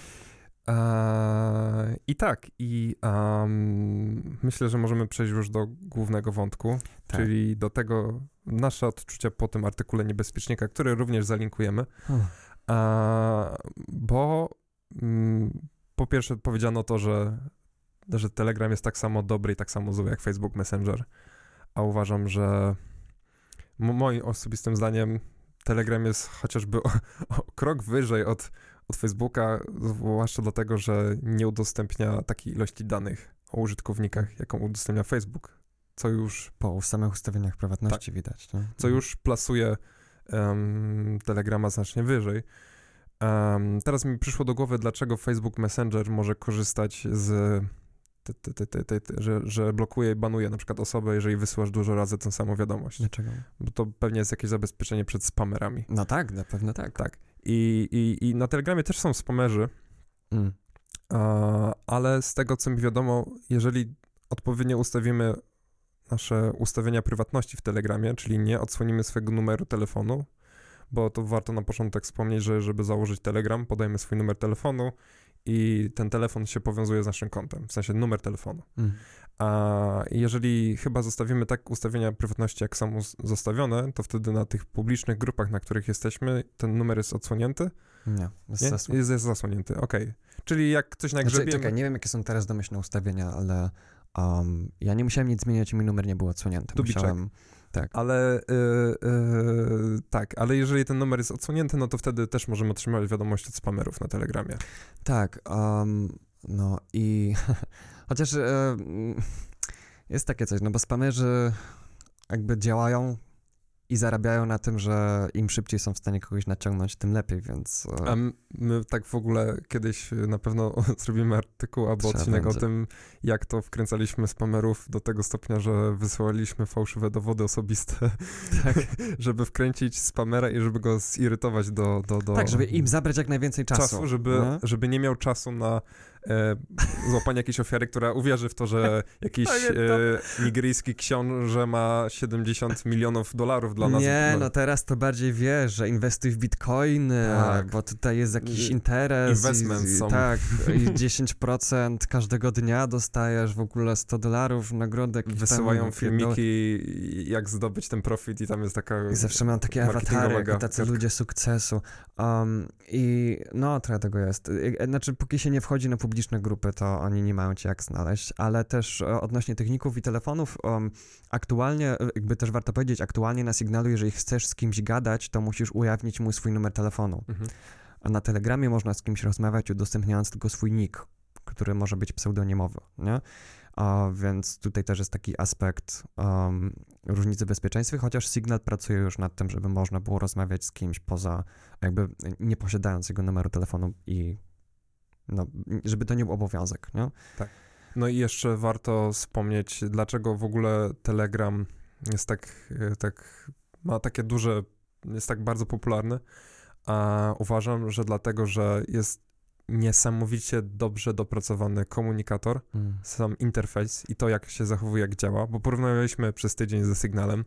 Eee, I tak, i um, myślę, że możemy przejść już do głównego wątku, tak. czyli do tego nasze odczucia po tym artykule Niebezpiecznika, który również zalinkujemy, hmm. eee, bo mm, po pierwsze powiedziano to, że, że Telegram jest tak samo dobry i tak samo zły jak Facebook Messenger, a uważam, że m- moim osobistym zdaniem Telegram jest chociażby o, o krok wyżej od od Facebooka, zwłaszcza dlatego, że nie udostępnia takiej ilości danych o użytkownikach, jaką udostępnia Facebook, co już... Po samych ustawieniach prywatności tak, widać. Nie? Co już plasuje um, Telegrama znacznie wyżej. Um, teraz mi przyszło do głowy, dlaczego Facebook Messenger może korzystać z... Te, te, te, te, te, te, że, że blokuje i banuje na przykład osobę, jeżeli wysyłasz dużo razy tę samą wiadomość. Dlaczego? Bo to pewnie jest jakieś zabezpieczenie przed spamerami. No tak, na pewno tak. Tak. I, i, i na Telegramie też są spamerzy, mm. a, ale z tego, co mi wiadomo, jeżeli odpowiednio ustawimy nasze ustawienia prywatności w Telegramie, czyli nie odsłonimy swojego numeru telefonu, bo to warto na początek wspomnieć, że żeby założyć Telegram, podajemy swój numer telefonu i ten telefon się powiązuje z naszym kontem, w sensie numer telefonu. Mm. A jeżeli chyba zostawimy tak ustawienia prywatności, jak są zostawione, to wtedy na tych publicznych grupach, na których jesteśmy, ten numer jest odsłonięty? Nie, jest, nie? Zasłon- jest, jest zasłonięty, okej. Okay. Czyli jak ktoś nagrzebiemy... Znaczy, czekaj, nie wiem, jakie są teraz domyślne ustawienia, ale um, ja nie musiałem nic zmieniać i mój numer nie był odsłonięty. Musiałem... Tak. Ale yy, yy, tak, ale jeżeli ten numer jest odsłonięty, no to wtedy też możemy otrzymać wiadomość od spamerów na Telegramie. Tak, um, no i chociaż e, jest takie coś, no bo spamerzy jakby działają i zarabiają na tym, że im szybciej są w stanie kogoś naciągnąć, tym lepiej, więc... A my tak w ogóle kiedyś na pewno zrobimy artykuł albo Trzeba odcinek będzie. o tym, jak to wkręcaliśmy spamerów do tego stopnia, że wysyłaliśmy fałszywe dowody osobiste, Tak. żeby wkręcić spamera i żeby go zirytować do... do, do Tak, żeby im zabrać jak najwięcej czasu. czasu żeby, no? żeby nie miał czasu na e, złapanie jakiejś ofiary, która uwierzy w to, że jakiś e, nigeryjski książę ma siedemdziesiąt milionów dolarów dla nas. Nie, no teraz to bardziej wiesz, że inwestuj w bitcoiny, Tak. bo tutaj jest jakiś I- interes. investments i, są. Tak, i dziesięć procent każdego dnia dostajesz w ogóle sto dolarów nagrody. jakieś tam Wysyłają pierdoły. filmiki, jak zdobyć ten profit i tam jest taka... I zawsze mam takie marketingowa awatary, jako tacy gadka. ludzie sukcesu. Um, I no, trochę tego jest. Y, Znaczy, póki się nie wchodzi na publiczne grupy, to oni nie mają cię jak znaleźć, ale też e, odnośnie techników i telefonów, um, aktualnie, e, jakby też warto powiedzieć, aktualnie na Signalu, jeżeli chcesz z kimś gadać, to musisz ujawnić mu swój numer telefonu. Mhm. A na Telegramie można z kimś rozmawiać, udostępniając tylko swój nick, który może być pseudonimowy, nie? A więc tutaj też jest taki aspekt um, różnicy w bezpieczeństwie, chociaż Signal pracuje już nad tym, żeby można było rozmawiać z kimś poza, jakby nie posiadając jego numeru telefonu i no, żeby to nie był obowiązek, nie? No i jeszcze warto wspomnieć, dlaczego w ogóle Telegram jest tak, e, tak ma takie duże, jest tak bardzo popularny, a uważam, że dlatego, że jest niesamowicie dobrze dopracowany komunikator, Mm. sam interfejs i to, jak się zachowuje, jak działa, bo porównywaliśmy przez tydzień ze Signalem.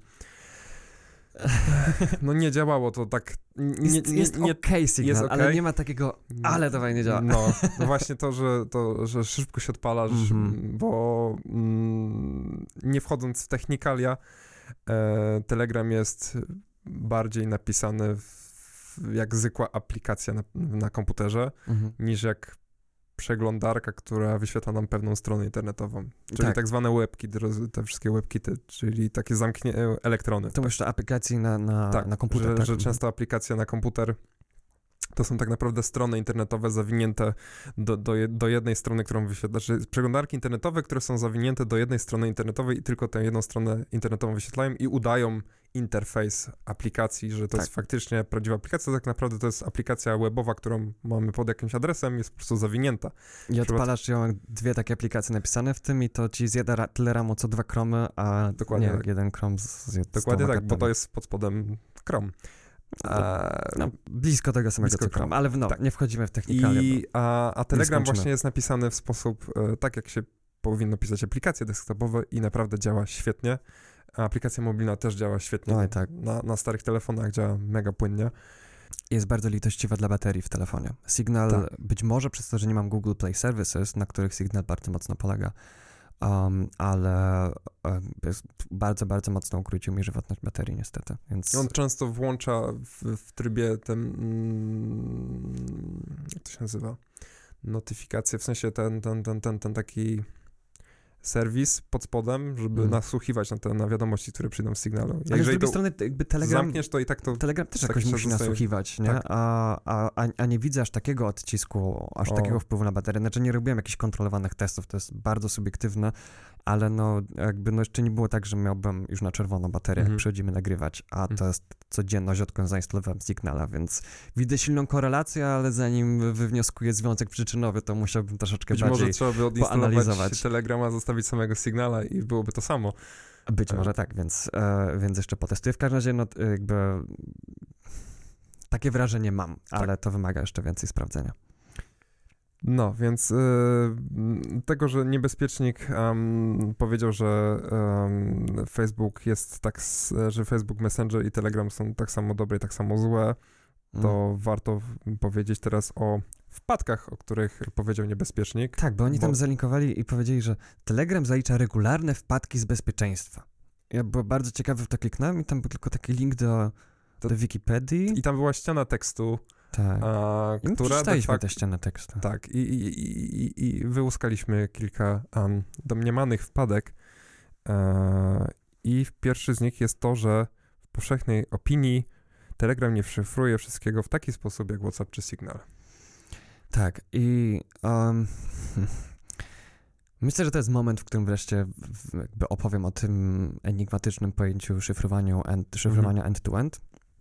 No nie działało to tak... Nie, Jest, nie, jest nie, okej Signal, jest ale okej. nie ma takiego, ale to fajnie działa. No, no właśnie to, że, to, że szybko się odpalasz, Mhm. bo mm, nie wchodząc w technikalia, e, Telegram jest bardziej napisany w, jak zwykła aplikacja na, na komputerze, Mhm. niż jak przeglądarka, która wyświetla nam pewną stronę internetową. Czyli tak, Tak. zwane webkity, te wszystkie webkity, czyli takie zamknie elektrony. To jeszcze aplikacji na, na, Tak, na komputer, że, tak? że często aplikacje na komputer to są tak naprawdę strony internetowe zawinięte do, do, je- do jednej strony, którą wyświetla. Znaczy przeglądarki internetowe, które są zawinięte do jednej strony internetowej i tylko tę jedną stronę internetową wyświetlają i udają interfejs aplikacji, że to Tak. jest faktycznie prawdziwa aplikacja. Tak naprawdę to jest aplikacja webowa, którą mamy pod jakimś adresem, jest po prostu zawinięta. I odpalasz ją, dwie takie aplikacje napisane w tym i to ci zjada ra- tyle ramu co dwa kromy, a Dokładnie nie, tak. jeden krom z- zjadł Dokładnie sto tak, bo to kartonów. jest pod spodem Chrome. A, No, blisko tego samego blisko co Chrome, Chrome. ale no, Tak. nie wchodzimy w technikalia. I, a, a Telegram skończymy. właśnie jest napisany w sposób e, tak, jak się powinno pisać aplikacje desktopowe i naprawdę działa świetnie. A aplikacja mobilna też działa świetnie. No i tak. Na, na starych telefonach działa mega płynnie. Jest bardzo litościwa dla baterii w telefonie. Signal, Tak. być może przez to, że nie mam Google Play Services, na których Signal bardzo mocno polega, um, ale um, jest, bardzo, bardzo mocno ukrócił mi żywotność baterii niestety, więc... On często włącza w, w trybie tym, mm, jak to się nazywa, notyfikacje, w sensie ten, ten, ten, ten, ten taki serwis pod spodem, żeby Mm. nasłuchiwać na te na wiadomości, które przyjdą z Signalu. ale z Jeżeli drugiej to strony jakby Telegram... zamkniesz, to i tak to... Telegram też tak jakoś się musi zostaje- nasłuchiwać, nie? Tak. A, a, a, a nie widzę aż takiego odcisku, aż O. takiego wpływu na baterię. Znaczy nie robiłem jakichś kontrolowanych testów, to jest bardzo subiektywne, ale no jakby no jeszcze nie było tak, że miałbym już na czerwono baterię, Mhm. jak przychodzimy nagrywać, a to Mhm. jest codzienność, odkąd zainstalowałem Signala, więc widzę silną korelację, ale zanim wywnioskuję związek przyczynowy, to musiałbym troszeczkę Być bardziej... może trzeba by odinstalować poanalizować. Telegrama, zostawić samego Signala i byłoby to samo. Być E. może tak, więc, e, więc jeszcze potestuję. W każdym razie, no e, jakby takie wrażenie mam, ale to wymaga jeszcze więcej sprawdzenia. No, więc y, m, tego, że niebezpiecznik um, powiedział, że um, Facebook jest tak, s- że Facebook Messenger i Telegram są tak samo dobre i tak samo złe, to Mm. warto w- powiedzieć teraz o wpadkach, o których powiedział niebezpiecznik. Tak, bo oni bo- tam zalinkowali i powiedzieli, że Telegram zalicza regularne wpadki z bezpieczeństwa. Ja byłem bardzo ciekawy, w to kliknąłem i tam był tylko taki link do, To- do Wikipedii. I tam była ściana tekstu, tak. a, I my która de przeczytaliśmy facto... tę ścianę tekstu. Tak, i, i, i, i- i wyłuskaliśmy kilka um, domniemanych wpadek e, i pierwszy z nich jest to, że w powszechnej opinii Telegram nie szyfruje wszystkiego w taki sposób jak WhatsApp czy Signal. Tak, i um, Myślę, że to jest moment, w którym wreszcie jakby opowiem o tym enigmatycznym pojęciu szyfrowaniu end, szyfrowania mhm. end-to-end,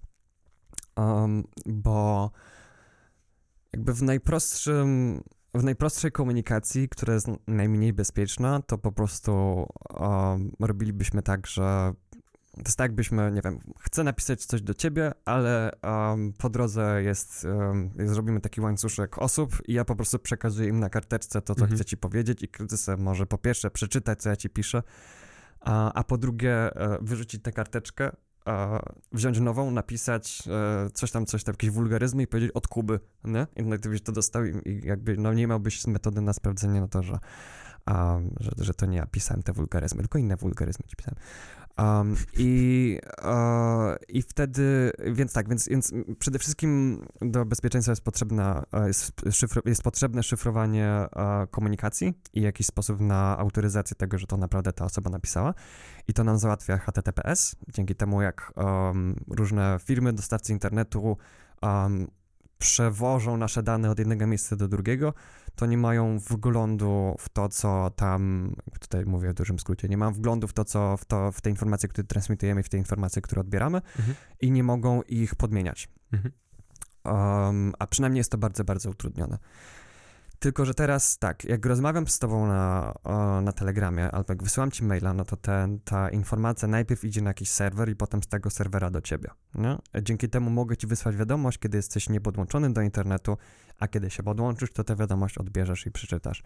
um, bo jakby w najprostszym, w najprostszej komunikacji, która jest najmniej bezpieczna, to po prostu um, robilibyśmy tak, że to jest tak, jakbyśmy, nie wiem, chcę napisać coś do ciebie, ale um, po drodze jest, um, zrobimy taki łańcuszek osób i ja po prostu przekazuję im na karteczce to, co mhm. chcę ci powiedzieć i każdy sobie może po pierwsze przeczytać, co ja ci piszę, a, a po drugie e, wyrzucić tę karteczkę, e, wziąć nową, napisać e, coś tam, coś tam, jakieś wulgaryzmy i powiedzieć od Kuby, nie? I no, gdybyś to dostał i, i jakby, no nie miałbyś metody na sprawdzenie na to, że, um, że, że to nie ja pisałem te wulgaryzmy, tylko inne wulgaryzmy ci pisałem. Um, i, uh, I wtedy, więc tak, więc, więc przede wszystkim do bezpieczeństwa jest potrzebna, jest, szyfro, jest potrzebne szyfrowanie uh, komunikacji i jakiś sposób na autoryzację tego, że to naprawdę ta osoba napisała. I to nam załatwia H T T P S, dzięki temu jak um, różne firmy, dostawcy internetu um, przewożą nasze dane od jednego miejsca do drugiego, to nie mają wglądu w to, co tam, tutaj mówię w dużym skrócie, nie mają wglądu w to, co w, to, w te informacje, które transmitujemy, w te informacje, które odbieramy mhm. i nie mogą ich podmieniać. Mhm. Um, a przynajmniej jest to bardzo, bardzo utrudnione. Tylko że teraz tak, jak rozmawiam z tobą na, o, na Telegramie albo jak wysyłam ci maila, no to ten, ta informacja najpierw idzie na jakiś serwer i potem z tego serwera do ciebie. Nie? Dzięki temu mogę ci wysłać wiadomość, kiedy jesteś niepodłączony do internetu, a kiedy się podłączysz, to tę wiadomość odbierzesz i przeczytasz.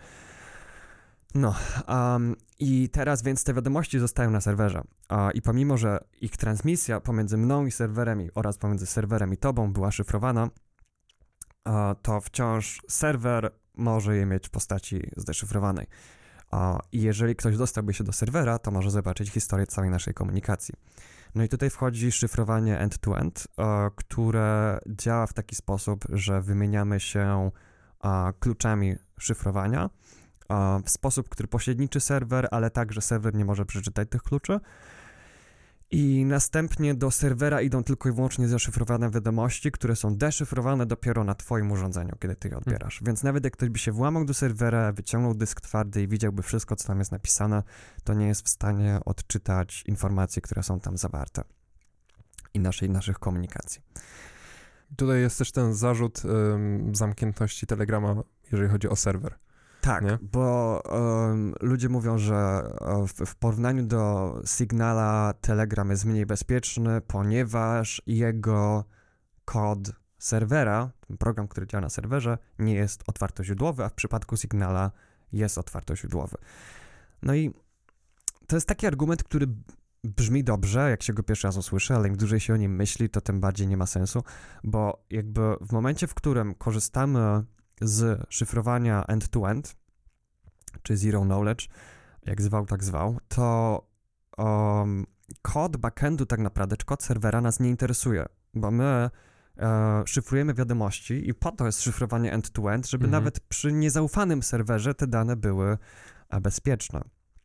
No um, i teraz więc te wiadomości zostają na serwerze uh, i pomimo, że ich transmisja pomiędzy mną i serwerem i, oraz pomiędzy serwerem i tobą była szyfrowana, uh, to wciąż serwer może je mieć w postaci zdeszyfrowanej. I jeżeli ktoś dostałby się do serwera, to może zobaczyć historię całej naszej komunikacji. No i tutaj wchodzi szyfrowanie end-to-end, które działa w taki sposób, że wymieniamy się kluczami szyfrowania w sposób, który pośredniczy serwer, ale tak, że serwer nie może przeczytać tych kluczy. I następnie do serwera idą tylko i wyłącznie zaszyfrowane wiadomości, które są deszyfrowane dopiero na twoim urządzeniu, kiedy ty je odbierasz. Hmm. Więc nawet jak ktoś by się włamał do serwera, wyciągnął dysk twardy i widziałby wszystko, co tam jest napisane, to nie jest w stanie odczytać informacji, które są tam zawarte i naszej, naszych komunikacji. Tutaj jest też ten zarzut ym, zamkniętości Telegrama, jeżeli chodzi o serwer. Tak, nie? Bo um, ludzie mówią, że w, w porównaniu do Signala Telegram jest mniej bezpieczny, ponieważ jego kod serwera, ten program, który działa na serwerze, nie jest otwartoźródłowy, a w przypadku Signala jest otwartoźródłowy. No i to jest taki argument, który brzmi dobrze, jak się go pierwszy raz usłyszy, ale im dłużej się o nim myśli, to tym bardziej nie ma sensu, bo jakby w momencie, w którym korzystamy z szyfrowania end-to-end, czy zero knowledge, jak zwał, tak zwał, to um, kod backendu tak naprawdę, czy kod serwera nas nie interesuje, bo my e, szyfrujemy wiadomości i po to jest szyfrowanie end-to-end, żeby mhm. nawet przy niezaufanym serwerze te dane były e, bezpieczne.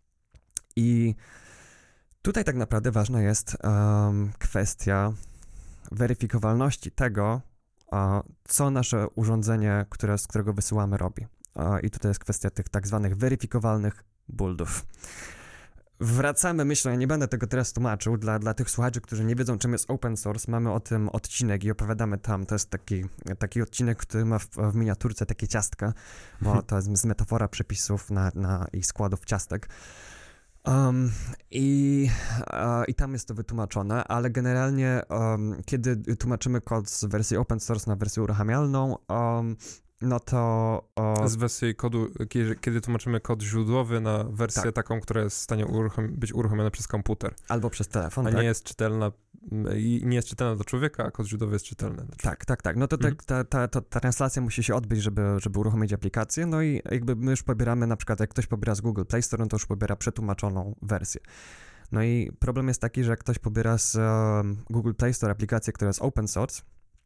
I tutaj tak naprawdę ważna jest um, kwestia weryfikowalności tego, co nasze urządzenie, które, z którego wysyłamy, robi. I tutaj jest kwestia tych tak zwanych weryfikowalnych buildów. Wracamy myślą, ja nie będę tego teraz tłumaczył, dla, dla tych słuchaczy, którzy nie wiedzą, czym jest open source, mamy o tym odcinek i opowiadamy tam, to jest taki, taki odcinek, który ma w, w miniaturce takie ciastka, bo to jest metafora przepisów na, na i składów ciastek. Um, i, uh, I tam jest to wytłumaczone, ale generalnie um, kiedy tłumaczymy kod z wersji open source na wersję uruchamialną, um, no to... Uh, z wersji kodu, kiedy, kiedy tłumaczymy kod źródłowy na wersję tak. taką, która jest w stanie uruchom- być uruchomiona przez komputer. Albo przez telefon, A tak? nie jest czytelna, i nie jest czytelna do człowieka, a kod źródłowy jest czytelny. Tak, tak, tak. No to mhm. ta, ta, ta, ta translacja musi się odbyć, żeby, żeby uruchomić aplikację, no i jakby my już pobieramy, na przykład jak ktoś pobiera z Google Play Store, no to już pobiera przetłumaczoną wersję. No i problem jest taki, że jak ktoś pobiera z um, Google Play Store aplikację, która jest open source,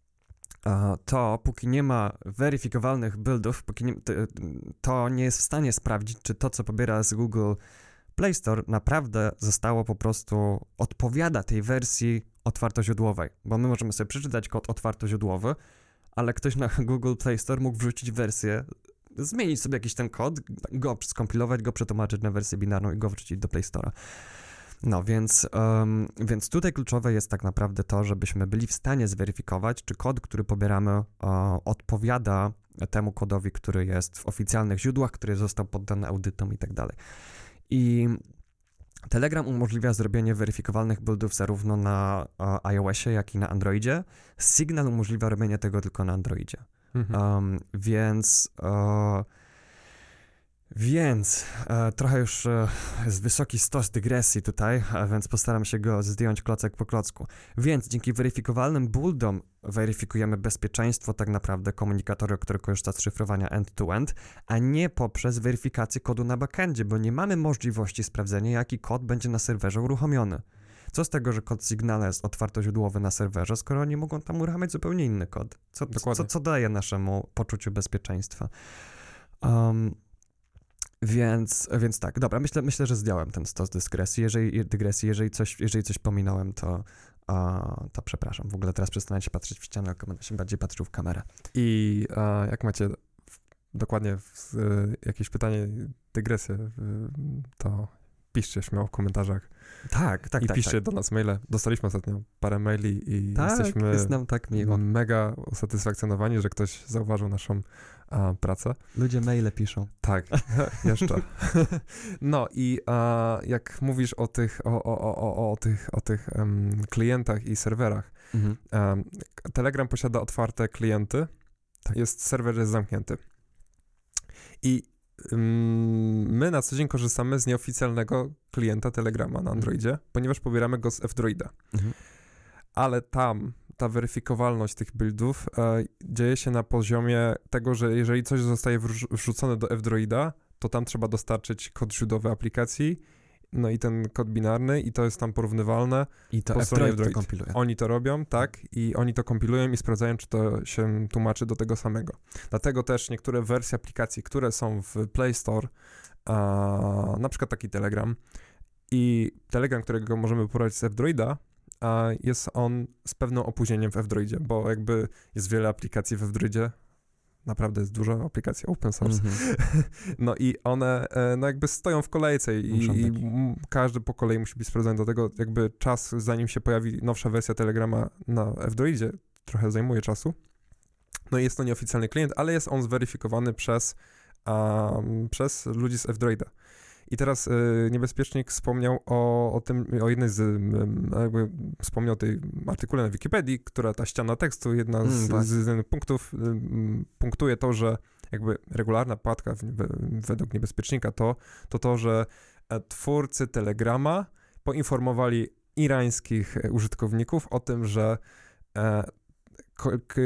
to póki nie ma weryfikowalnych buildów, póki nie, to nie jest w stanie sprawdzić, czy to, co pobiera z Google Play Store, naprawdę zostało po prostu, odpowiada tej wersji otwartoźródłowej. Bo my możemy sobie przeczytać kod otwartoźródłowy, ale ktoś na Google Play Store mógł wrzucić wersję zmienić sobie jakiś ten kod, go skompilować, go przetłumaczyć na wersję binarną i go wrzucić do Play Store'a. No więc, um, więc tutaj kluczowe jest tak naprawdę to, żebyśmy byli w stanie zweryfikować, czy kod, który pobieramy, uh, odpowiada temu kodowi, który jest w oficjalnych źródłach, który został poddany audytom i tak dalej. I Telegram umożliwia zrobienie weryfikowalnych buildów zarówno na uh, iOSie, jak i na Androidzie. Signal umożliwia robienie tego tylko na Androidzie. Mhm. Um, więc... Uh, Więc e, trochę już e, jest wysoki stos dygresji tutaj, a więc postaram się go zdjąć klocek po klocku. Więc dzięki weryfikowalnym buildom weryfikujemy bezpieczeństwo tak naprawdę komunikatora, który korzysta z szyfrowania end-to-end, a nie poprzez weryfikację kodu na backendzie, bo nie mamy możliwości sprawdzenia, jaki kod będzie na serwerze uruchomiony. Co z tego, że kod Signala jest otwartoźródłowy na serwerze, skoro oni mogą tam uruchamiać zupełnie inny kod? Co, co, co daje naszemu poczuciu bezpieczeństwa? Um, Więc, więc tak, dobra, myślę, myślę, że zdjąłem ten stos dygresji. Jeżeli, dygresji, jeżeli, coś, jeżeli coś pominąłem, to, uh, to przepraszam. W ogóle teraz przestałem się patrzeć w ścianę, tylko będę się bardziej patrzył w kamerę. I uh, jak macie w, dokładnie w, y, jakieś pytanie, dygresję, y, to piszcie śmiało w komentarzach. Tak, tak, I tak. piszcie tak. do nas maile. Dostaliśmy ostatnio parę maili i tak, jesteśmy jest nam tak miło. mega usatysfakcjonowani, że ktoś zauważył naszą a, pracę. Ludzie maile piszą. Tak, jeszcze. No i a, jak mówisz o tych, o, o, o, o, o tych, o tych um, klientach i serwerach, mhm. um, Telegram posiada otwarte klienty, tak. jest serwer jest zamknięty. I my na co dzień korzystamy z nieoficjalnego klienta Telegrama na Androidzie, mhm. ponieważ pobieramy go z F-Droida. Mhm. Ale tam ta weryfikowalność tych buildów e, dzieje się na poziomie tego, że jeżeli coś zostaje wrzucone do F-Droida, to tam trzeba dostarczyć kod źródłowy aplikacji, no i ten kod binarny i to jest tam porównywalne. I to po stronie F-Droid to kompiluje. Oni to robią, tak, i oni to kompilują i sprawdzają, czy to się tłumaczy do tego samego. Dlatego też niektóre wersje aplikacji, które są w Play Store, a, na przykład taki Telegram i Telegram, którego możemy pobrać z F-Droida, a jest on z pewnym opóźnieniem w F-Droidzie, bo jakby jest wiele aplikacji w F-Droidzie, naprawdę jest dużo aplikacji open source, mm-hmm. no i one no jakby stoją w kolejce i, i każdy po kolei musi być sprawdzony, do tego jakby czas, zanim się pojawi nowsza wersja Telegrama na F-Droidzie, trochę zajmuje czasu. No i jest to nieoficjalny klient, ale jest on zweryfikowany przez, um, przez ludzi z F-Droida. I teraz y, niebezpiecznik wspomniał o, o tym, o jednej z, y, jakby wspomniał o tej artykule na Wikipedii, która ta ściana tekstu, jedna z, mm, z, z punktów, y, punktuje to, że jakby regularna płatka w, w, według niebezpiecznika to, to to, że twórcy Telegrama poinformowali irańskich użytkowników o tym, że e, k, k,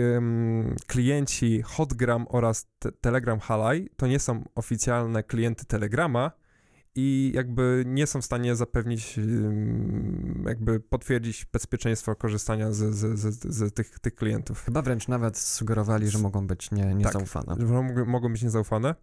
klienci Hotgram oraz te, Telegram Halai to nie są oficjalne klienty Telegrama, i jakby nie są w stanie zapewnić, jakby potwierdzić bezpieczeństwo korzystania z, z, z, z tych, tych klientów. Chyba wręcz nawet sugerowali, że mogą być nie, niezaufane. Tak, że mogą być niezaufane.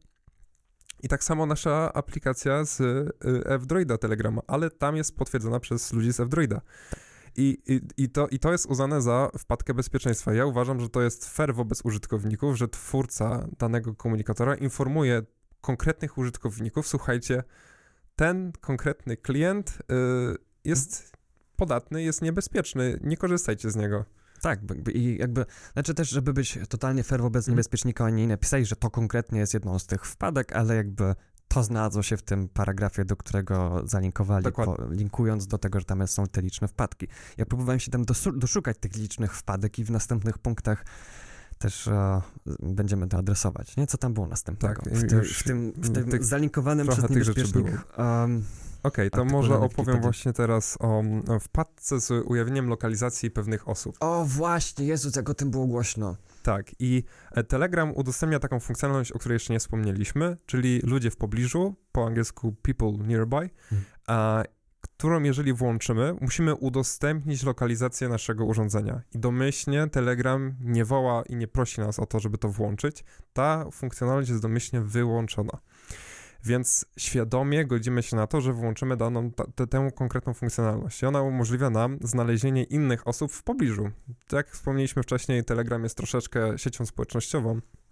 I tak samo nasza aplikacja z F-Droida Telegrama, ale tam jest potwierdzona przez ludzi z F-Droida. I, i, i, to, I to jest uznane za wpadkę bezpieczeństwa. Ja uważam, że to jest fair wobec użytkowników, że twórca danego komunikatora informuje konkretnych użytkowników, słuchajcie, ten konkretny klient y, jest podatny, jest niebezpieczny, nie korzystajcie z niego. Tak, i jakby, znaczy też, żeby być totalnie fair wobec mm. niebezpiecznika, oni nie napisali, że to konkretnie jest jedną z tych wpadek, ale jakby to znalazło się w tym paragrafie, do którego zalinkowali, po, linkując do tego, że tam są te liczne wpadki. Ja próbowałem się tam dosu- doszukać tych licznych wpadek i w następnych punktach też e, będziemy to adresować, nie? Co tam było następnego? Tak, w, tym, w tym, w tym tych, zalinkowanym przez niebezpiecznik. Um, Okej, okay, to może opowiem właśnie teraz o, o wpadce z ujawnieniem lokalizacji pewnych osób. O właśnie, Jezus, jak o tym było głośno. Tak, i Telegram udostępnia taką funkcjonalność, o której jeszcze nie wspomnieliśmy, czyli ludzie w pobliżu, po angielsku people nearby, hmm. a, którą jeżeli włączymy, musimy udostępnić lokalizację naszego urządzenia. I domyślnie Telegram nie woła i nie prosi nas o to, żeby to włączyć. Ta funkcjonalność jest domyślnie wyłączona. Więc świadomie godzimy się na to, że włączymy daną, t- tę konkretną funkcjonalność. I ona umożliwia nam znalezienie innych osób w pobliżu. Tak jak wspomnieliśmy wcześniej, Telegram jest troszeczkę siecią społecznościową.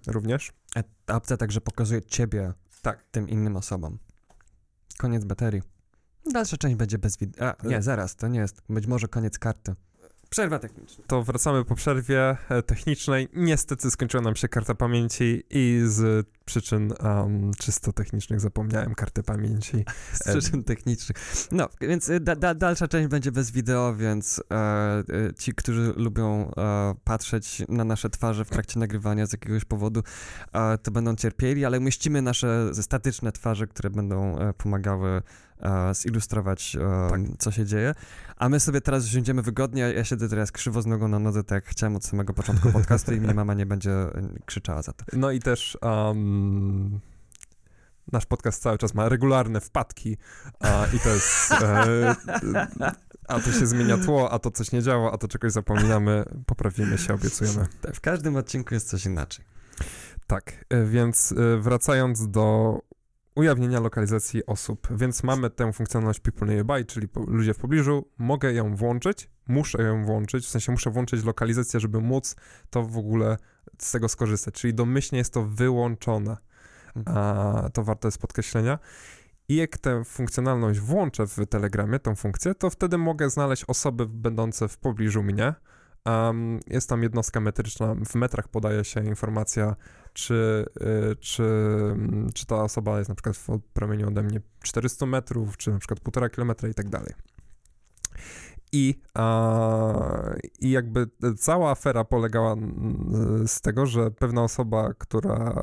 również. A ta opcja także pokazuje ciebie Tak. tym innym osobom. Koniec baterii. Dalsza część będzie bez wideo. A, nie, zaraz, to nie jest. Być może koniec karty. Przerwa techniczna. To wracamy po przerwie e, technicznej. Niestety skończyła nam się karta pamięci i z przyczyn um, czysto technicznych zapomniałem karty pamięci. Z przyczyn technicznych. No, więc da, da, dalsza część będzie bez wideo, więc e, e, ci, którzy lubią e, patrzeć na nasze twarze w trakcie nagrywania z jakiegoś powodu, e, to będą cierpieli, ale umieścimy nasze statyczne twarze, które będą e, pomagały e, zilustrować, e, Tak. co się dzieje. A my sobie teraz usiądziemy wygodnie. Ja siedzę teraz krzywo z nogą na nodze, tak jak chciałem od samego początku podcastu i mnie mama nie będzie krzyczała za to. No i też um, nasz podcast cały czas ma regularne wpadki a, i to jest... E, a to się zmienia tło, a to coś nie działa, a to czegoś zapominamy, poprawimy się, obiecujemy. Tak, w każdym odcinku jest coś inaczej. Tak, e, więc e, wracając do ujawnienia lokalizacji osób, więc mamy tę funkcjonalność People Nearby, czyli po, ludzie w pobliżu, mogę ją włączyć, muszę ją włączyć, w sensie muszę włączyć lokalizację, żeby móc to w ogóle z tego skorzystać, czyli domyślnie jest to wyłączone, a to warto jest podkreślenia. I jak tę funkcjonalność włączę w Telegramie, tą funkcję, to wtedy mogę znaleźć osoby będące w pobliżu mnie. Um, jest tam jednostka metryczna, w metrach podaje się informacja, czy, y, czy, y, czy ta osoba jest na przykład w promieniu ode mnie czterysta metrów, czy na przykład półtora kilometra i tak dalej. I, a, I jakby cała afera polegała z tego, że pewna osoba, która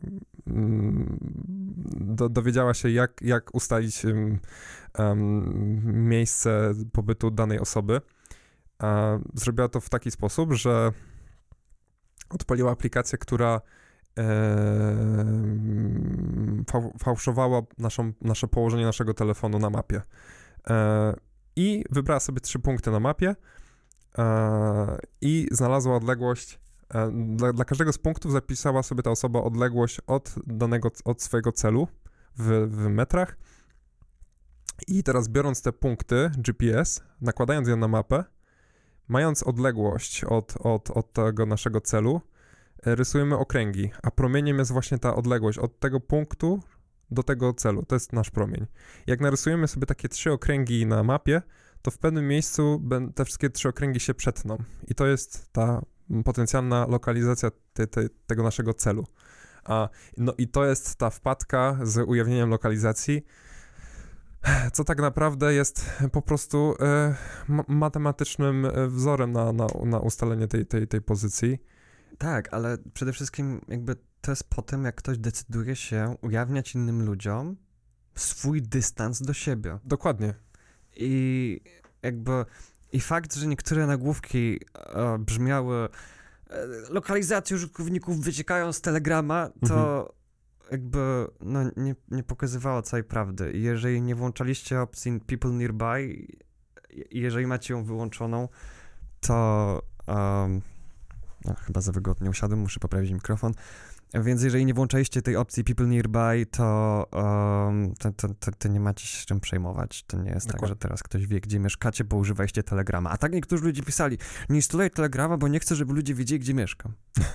do, dowiedziała się, jak, jak ustalić um, um, miejsce pobytu danej osoby, a, zrobiła to w taki sposób, że odpaliła aplikację, która e, fał, fałszowała naszą, nasze położenie naszego telefonu na mapie. E, I wybrała sobie trzy punkty na mapie e, i znalazła odległość. E, dla, dla każdego z punktów zapisała sobie ta osoba odległość od danego, od swojego celu w, w metrach. I teraz biorąc te punkty G P S, nakładając je na mapę, mając odległość od, od, od tego naszego celu, rysujemy okręgi, a promieniem jest właśnie ta odległość od tego punktu do tego celu. To jest nasz promień. Jak narysujemy sobie takie trzy okręgi na mapie, to w pewnym miejscu te wszystkie trzy okręgi się przetną. I to jest ta potencjalna lokalizacja te, te, tego naszego celu. A, no i to jest ta wpadka z ujawnieniem lokalizacji, co tak naprawdę jest po prostu e, ma- matematycznym wzorem na, na, na ustalenie tej, tej, tej pozycji. Tak, ale przede wszystkim jakby to jest po tym, jak ktoś decyduje się ujawniać innym ludziom swój dystans do siebie. Dokładnie. I jakby i fakt, że niektóre nagłówki e, brzmiały e, lokalizacje użytkowników wyciekają z Telegrama, to mhm. jakby no, nie, nie pokazywało całej prawdy. I jeżeli nie włączaliście opcji People Nearby, i jeżeli macie ją wyłączoną, to um, no, chyba za wygodnie usiadłem, muszę poprawić mikrofon. Więc jeżeli nie włączaliście tej opcji People Nearby, to, um, to, to, to, to nie macie się z czym przejmować. To nie jest Dokładnie. Tak, że teraz ktoś wie, gdzie mieszkacie, bo używaliście Telegrama. A tak niektórzy ludzie pisali, nie instaluję Telegrama, bo nie chcę, żeby ludzie wiedzieli, gdzie mieszkam.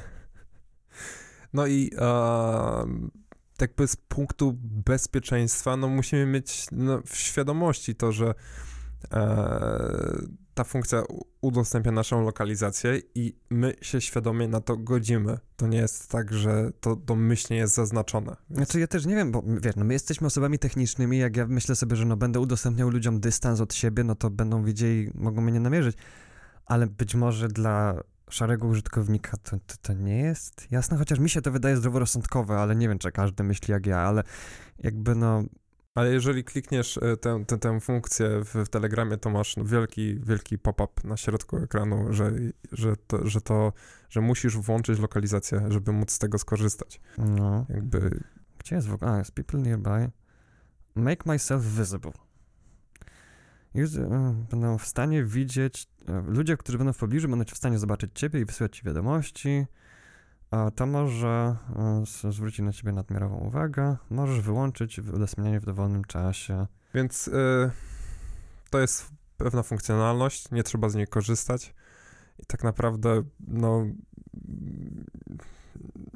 No i uh, jakby z punktu bezpieczeństwa, no musimy mieć no, w świadomości to, że uh, ta funkcja udostępnia naszą lokalizację i my się świadomie na to godzimy. To nie jest tak, że to domyślnie jest zaznaczone. Więc... Znaczy ja też nie wiem, bo wiesz, no my jesteśmy osobami technicznymi, jak ja myślę sobie, że no będę udostępniał ludziom dystans od siebie, no to będą wiedzieli, mogą mnie nie namierzyć, ale być może dla szarego użytkownika to, to, to nie jest jasne, chociaż mi się to wydaje zdroworozsądkowe, ale nie wiem, czy każdy myśli jak ja, ale jakby no... Ale jeżeli klikniesz tę, tę, tę funkcję w, w Telegramie, to masz wielki, wielki pop-up na środku ekranu, że, że, to, że to, że musisz włączyć lokalizację, żeby móc z tego skorzystać. No. Jakby... Gdzie jest w ogóle? A, jest People Nearby. Make myself visible. User, będą w stanie widzieć, ludzie, którzy będą w pobliżu, będą w stanie zobaczyć ciebie i wysyłać ci wiadomości. A to może y, zwrócić na ciebie nadmiarową uwagę. Możesz wyłączyć udostępnianie w dowolnym czasie. Więc y, to jest pewna funkcjonalność, nie trzeba z niej korzystać. I tak naprawdę, no,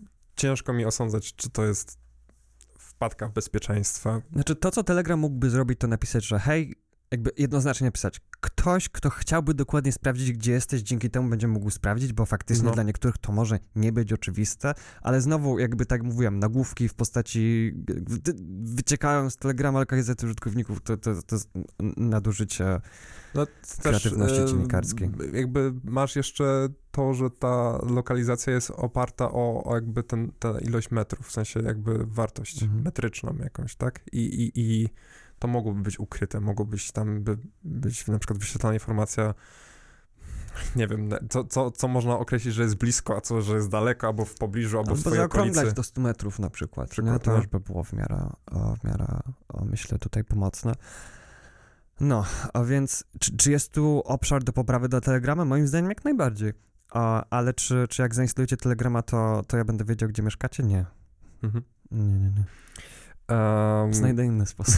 ciężko mi osądzać, czy to jest wpadka w bezpieczeństwa. Znaczy to, co Telegram mógłby zrobić, to napisać, że hej, jakby jednoznacznie napisać, ktoś, kto chciałby dokładnie sprawdzić, gdzie jesteś, dzięki temu będzie mógł sprawdzić, bo faktycznie No. dla niektórych to może nie być oczywiste, ale znowu, jakby tak mówiłem, nagłówki w postaci wy- wyciekają z Telegrama lokalizacji użytkowników, to, to, to jest nadużycie No, kreatywności też, e, dziennikarskiej. Jakby masz jeszcze to, że ta lokalizacja jest oparta o, o jakby ten, tę ilość metrów, w sensie jakby wartość Mhm. metryczną jakąś, tak? I, i, i to mogłoby być ukryte, mogło być tam by, być na przykład wyświetlana informacja, nie wiem, co, co, co można określić, że jest blisko, a co, że jest daleko, albo w pobliżu, albo w Albo twojej okolicy. zaokrąglać do stu metrów na przykład. Przykład, nie? To no. już by było w miarę, o, w miarę o, myślę, tutaj pomocne. No, a więc czy, czy jest tu obszar do poprawy dla Telegrama? Moim zdaniem jak najbardziej. A, ale czy, czy jak zainstalujecie Telegrama, to, to ja będę wiedział, gdzie mieszkacie? Nie. Mhm. Nie, nie, nie. Um, Znajdę inny sposób.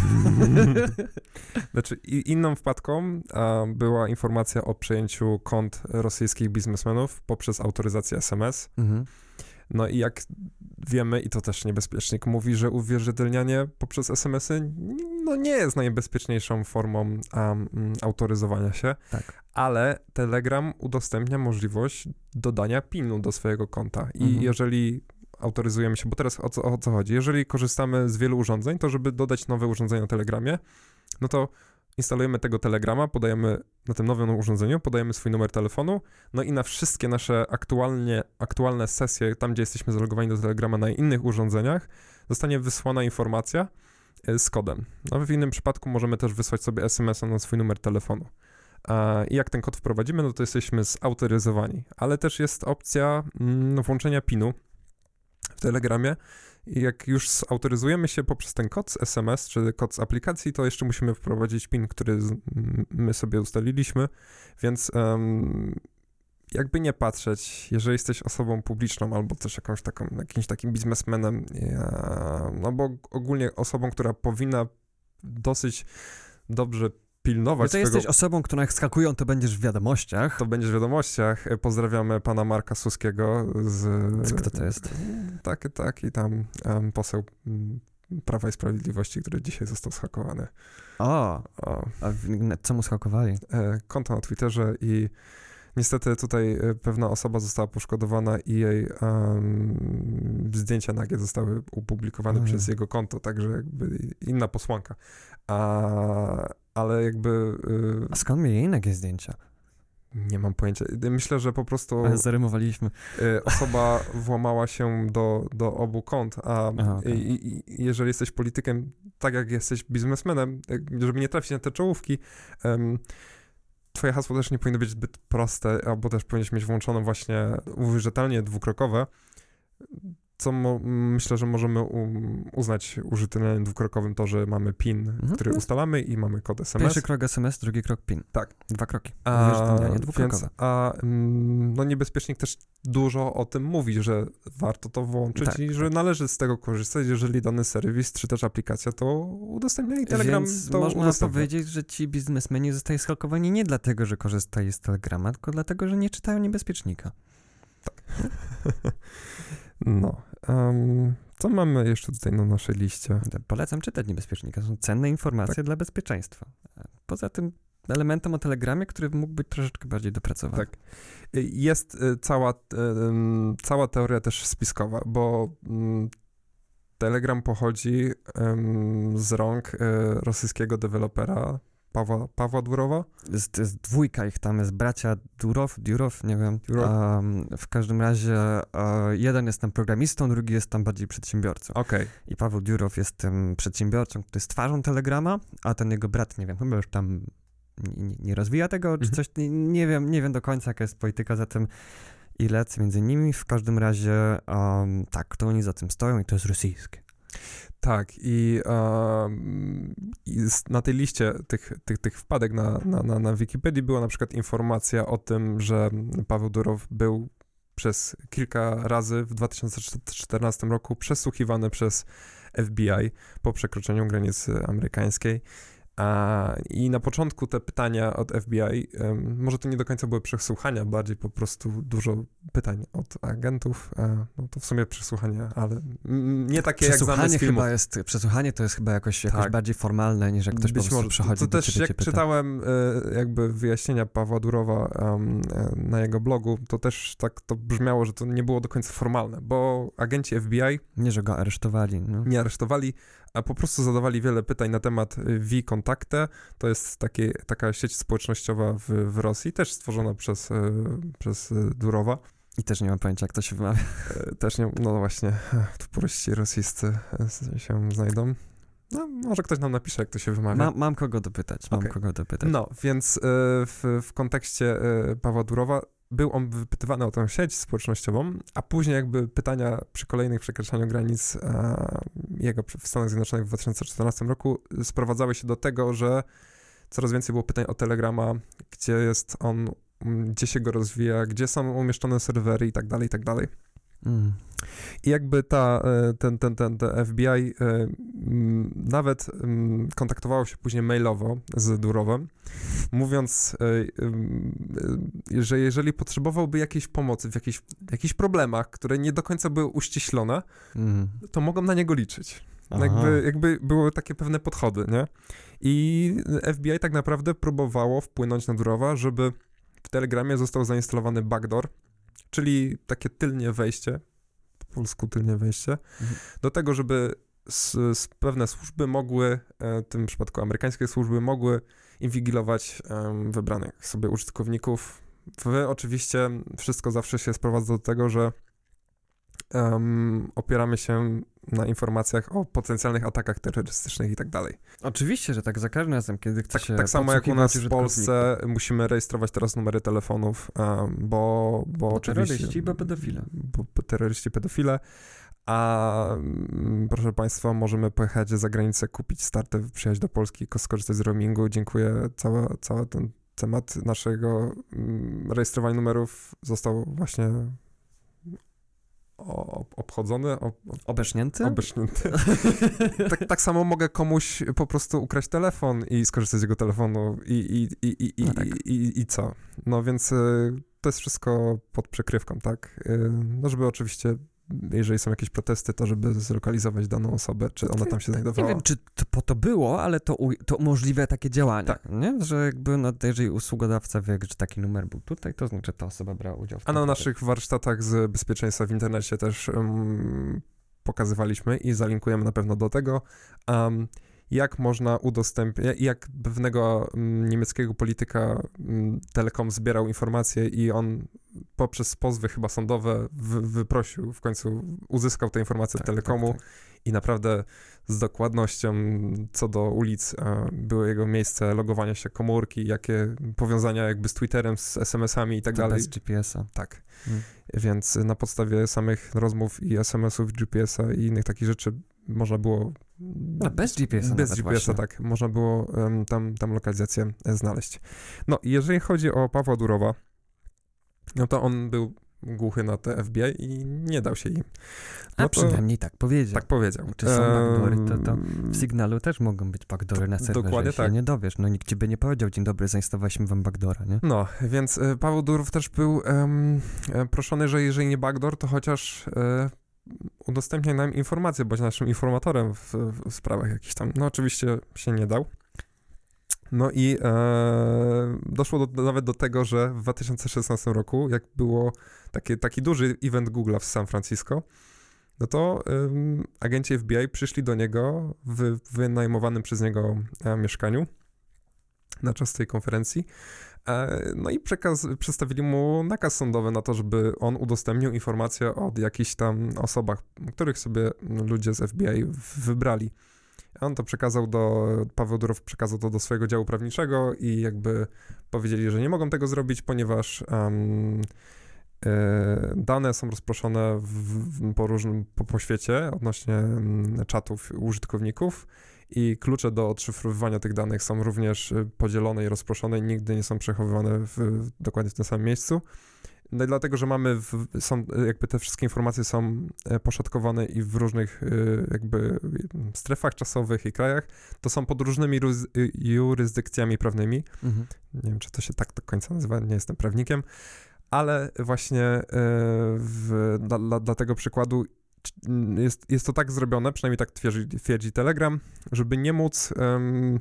Znaczy, i- inną wpadką a, była informacja o przejęciu kont rosyjskich biznesmenów poprzez autoryzację S M S. Mhm. No i jak wiemy, i to też niebezpiecznik mówi, że uwierzytelnianie poprzez S M S-y no nie jest najbezpieczniejszą formą um, autoryzowania się, Tak. ale Telegram udostępnia możliwość dodania pinu do swojego konta. I Mhm. jeżeli autoryzujemy się, bo teraz o co, o co chodzi? Jeżeli korzystamy z wielu urządzeń, to żeby dodać nowe urządzenie na Telegramie, no to instalujemy tego Telegrama, podajemy na tym nowym urządzeniu, podajemy swój numer telefonu, no i na wszystkie nasze aktualnie, aktualne sesje, tam gdzie jesteśmy zalogowani do Telegrama na innych urządzeniach, zostanie wysłana informacja y, z kodem. No w innym przypadku możemy też wysłać sobie S M S-a na swój numer telefonu. A, I jak ten kod wprowadzimy, no to jesteśmy zautoryzowani. Ale też jest opcja mm, włączenia pinu w Telegramie. I jak już zautoryzujemy się poprzez ten kod z S M S, czy kod z aplikacji, to jeszcze musimy wprowadzić pin, który z, m, my sobie ustaliliśmy, więc um, jakby nie patrzeć, jeżeli jesteś osobą publiczną albo też jakąś taką, jakimś takim biznesmenem, ja, no bo ogólnie osobą, która powinna dosyć dobrze pilnować To swojego... jesteś osobą, która jak skakują, to będziesz w wiadomościach. To będziesz w wiadomościach. Pozdrawiamy pana Marka Suskiego z... Kto to jest? Tak, tak. I tam um, poseł um, Prawa i Sprawiedliwości, który dzisiaj został zhakowany. O, O, a w- co mu schakowali? e, konto na Twitterze i niestety tutaj e, pewna osoba została poszkodowana i jej um, zdjęcia nagie zostały opublikowane Ojej. przez jego konto, także jakby inna posłanka. A, ale jakby... y, A skąd mieli inne zdjęcia? nie mam pojęcia. Myślę, że po prostu Ale zarymowaliśmy. y, osoba włamała się do, do obu kont, a Aha, okej. i, i, jeżeli jesteś politykiem, tak jak jesteś biznesmenem, jak- żeby nie trafić na te czołówki, em, twoje hasło też nie powinno być zbyt proste, albo też powinieneś mieć włączone właśnie uwierzytelnie dwukrokowe, co mo- myślę, że możemy um, uznać użytelnieniem dwukrokowym to, że mamy PIN, Mhm. który ustalamy i mamy kod S M S. Pierwszy krok S M S, drugi krok PIN. Tak. Dwa kroki. A, Uwierzytelnianie dwukrokowe. więc, a mm, no niebezpiecznik też dużo o tym mówi, że warto to włączyć Tak, i że należy z tego korzystać, jeżeli dany serwis czy też aplikacja to udostępnia i Telegram Więc to można udostępnia. powiedzieć, że ci biznesmeni zostali schakowani nie dlatego, że korzystali z Telegrama, tylko dlatego, że nie czytają niebezpiecznika. No. Um, co mamy jeszcze tutaj na naszej liście? Polecam czytać niebezpiecznika. Są cenne informacje Tak. dla bezpieczeństwa. Poza tym elementem o Telegramie, który mógł być troszeczkę bardziej dopracowany. Tak. Jest y, cała, y, ym, cała teoria też spiskowa, bo ym, Telegram pochodzi ym, z rąk y, rosyjskiego dewelopera Pawła, Pawła Durowa. Jest, jest dwójka ich tam, jest bracia Durow, Durow, nie wiem. Durow. Um, w każdym razie e, jeden jest tam programistą, drugi jest tam bardziej przedsiębiorcą. Okej. I Paweł Durow jest tym przedsiębiorcą, który jest twarzą Telegrama, a ten jego brat, nie wiem, chyba już tam nie, nie, nie rozwija tego, czy Mhm. coś, nie, nie wiem, nie wiem do końca, jaka jest polityka za tym i lecę między nimi. W każdym razie um, tak, to oni za tym stoją i to jest rosyjskie. Tak, i, um, i z- na tej liście tych, tych, tych wpadek na, na, na, na Wikipedii była na przykład informacja o tym, że Paweł Durow był przez kilka razy w dwa tysiące czternastym roku przesłuchiwany przez F B I po przekroczeniu granicy amerykańskiej. A, I na początku te pytania od F B I, um, może to nie do końca były przesłuchania, bardziej po prostu dużo pytań od agentów. A, no to w sumie przesłuchania, ale mm, nie takie jak znane z filmów. Chyba jest, przesłuchanie to jest chyba jakoś, jakoś tak. bardziej formalne, niż jak ktoś Być po prostu może. przychodzi to do też jak pyta. czytałem y, jakby wyjaśnienia Pawła Durowa um, na jego blogu, to też tak to brzmiało, że to nie było do końca formalne, bo agenci F B I nie, że go aresztowali. No. Nie aresztowali, a po prostu zadawali wiele pytań na temat V-Kontakte. To jest takie, taka sieć społecznościowa w, w Rosji, też stworzona przez, przez Durowa. I też nie mam pojęcia, jak to się wymawia. Też nie, no właśnie, tu puryści rosyjscy się znajdą. No, może ktoś nam napisze, jak to się wymawia. Ma, mam kogo dopytać, mam okay. kogo dopytać. No, więc w, w kontekście Pawła Durowa był on wypytywany o tę sieć społecznościową, a później jakby pytania przy kolejnych przekraczaniu granic e, jego w Stanach Zjednoczonych w dwa tysiące czternastym roku sprowadzały się do tego, że coraz więcej było pytań o Telegrama, gdzie jest on, gdzie się go rozwija, gdzie są umieszczone serwery i tak dalej, i tak dalej. Mm. I jakby ta, ten, ten, ten, ten F B I nawet kontaktowało się później mailowo z Durowem, mówiąc, że jeżeli potrzebowałby jakiejś pomocy w jakichś, w jakichś problemach, które nie do końca były uściślone, mm. to mogą na niego liczyć. Jakby, jakby były takie pewne podchody, nie? I F B I tak naprawdę próbowało wpłynąć na Durowa, żeby w Telegramie został zainstalowany backdoor, czyli takie tylnie wejście, po polsku tylnie wejście, mhm. do tego, żeby s, s pewne służby mogły, w tym przypadku amerykańskie służby, mogły inwigilować um, wybranych sobie użytkowników. Wy oczywiście wszystko zawsze się sprowadza do tego, że um, opieramy się na informacjach o potencjalnych atakach terrorystycznych i tak dalej. Oczywiście, że tak, za każdym razem, kiedy chce tak, się tak samo jak u nas w Polsce musimy rejestrować teraz numery telefonów, um, bo, bo, bo oczywiście... terroryści, bo pedofile. Bo terroryści, pedofile, a mm, proszę Państwa, możemy pojechać za granicę, kupić starter, przyjechać do Polski, skorzystać z roamingu. Dziękuję. Cały cały ten temat naszego mm, rejestrowania numerów został właśnie O, obchodzony, o, obesznięty? Obesznięty. tak, tak samo mogę komuś po prostu ukraść telefon i skorzystać z jego telefonu i, i, i, i, no tak. i, i, i co? No więc y, to jest wszystko pod przykrywką, tak? Y, no żeby oczywiście, jeżeli są jakieś protesty, to żeby zlokalizować daną osobę, czy ona tam się znajdowała. Nie wiem, czy to po to było, ale to, u, to umożliwia takie działania, tak. nie? Że jakby, no, jeżeli usługodawca wie, że taki numer był tutaj, to znaczy ta osoba brała udział w tym. A na naszych warsztatach z bezpieczeństwa w internecie też um, pokazywaliśmy i zalinkujemy na pewno do tego, um, jak można udostępniać, jak pewnego um, niemieckiego polityka um, Telekom zbierał informacje i on poprzez pozwy chyba sądowe wy, wyprosił, w końcu uzyskał te informacje tak, Telekomu tak, tak. i naprawdę z dokładnością co do ulic a, było jego miejsce logowania się komórki, jakie powiązania jakby z Twitterem, z es em esami i tak to dalej. Bez G P S a. Tak. Hmm. Więc na podstawie samych rozmów i es em esów, G P S a i innych takich rzeczy można było... No bez G P S a Bez G P S a, tak. Można było um, tam, tam lokalizację znaleźć. No i jeżeli chodzi o Pawła Durowa, no to on był głuchy na te F B I i nie dał się im. No A to, przynajmniej tak powiedział. Tak powiedział. Czy są backdoory, to, to w Signalu też mogą być backdoory na serwerze. Dokładnie się tak. nie dowiesz. No nikt ci by nie powiedział, dzień dobry, zainstalowaliśmy wam backdoora, nie? No, więc y, Paweł Durów też był um, proszony, że jeżeli nie backdoor, to chociaż y, udostępniaj nam informacje, bądź naszym informatorem w, w sprawach jakichś tam. No oczywiście się nie dał. No i e, doszło do, nawet do tego, że w dwa tysiące szesnastym roku, jak było takie, taki duży event Google'a w San Francisco, no to um, agenci F B I przyszli do niego w wynajmowanym przez niego e, mieszkaniu na czas tej konferencji. E, no i przekaz, przedstawili mu nakaz sądowy na to, żeby on udostępnił informacje o jakichś tam osobach, których sobie ludzie z F B I wybrali. On to przekazał do, Paweł Durow przekazał to do swojego działu prawniczego i jakby powiedzieli, że nie mogą tego zrobić, ponieważ um, e, dane są rozproszone w, w, po różnym, po, po świecie odnośnie um, czatów użytkowników i klucze do odszyfrowywania tych danych są również podzielone i rozproszone i nigdy nie są przechowywane w, dokładnie w tym samym miejscu. No i dlatego, że mamy, w, są, jakby te wszystkie informacje są poszatkowane i w różnych jakby strefach czasowych i krajach, to są pod różnymi ruz, jurysdykcjami prawnymi. Mhm. Nie wiem, czy to się tak do końca nazywa, nie jestem prawnikiem, ale właśnie w, dla, dla, dla tego przykładu jest, jest to tak zrobione, przynajmniej tak twierdzi, twierdzi Telegram, żeby nie móc... Um,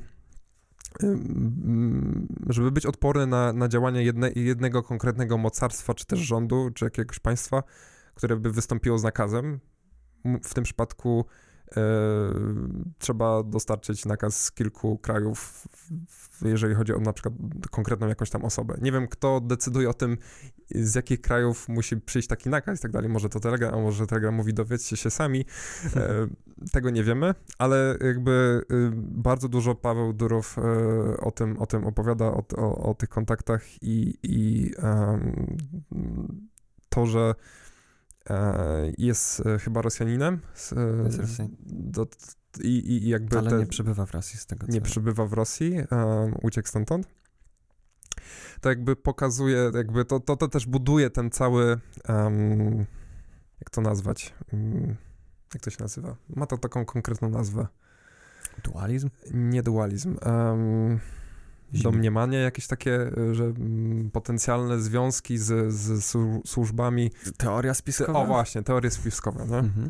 żeby być odporny na, na działania jedne, jednego konkretnego mocarstwa, czy też rządu, czy jakiegoś państwa, które by wystąpiło z nakazem. W tym przypadku e, trzeba dostarczyć nakaz z kilku krajów, jeżeli chodzi o na przykład konkretną jakąś tam osobę. Nie wiem, kto decyduje o tym, z jakich krajów musi przyjść taki nakaz i tak dalej. Może to Telegram, a może Telegram mówi, dowiedzcie się sami. E, tego nie wiemy, ale jakby e, bardzo dużo Paweł Durow e, o tym, o tym opowiada, o, o, o tych kontaktach i, i um, to, że e, jest e, chyba Rosjaninem. E, jest Rosjan. do, i, i jakby ale te, nie przebywa w Rosji z tego co... Nie przebywa w Rosji, um, uciekł stamtąd. To jakby pokazuje, jakby to, to, to też buduje ten cały, um, jak to nazwać, um, jak to się nazywa? Ma to taką konkretną nazwę. Dualizm? Nie dualizm. Um, domniemanie jakieś takie, że um, potencjalne związki z, z służbami. Teoria spiskowa? O właśnie, teorie spiskowe, no. Mhm.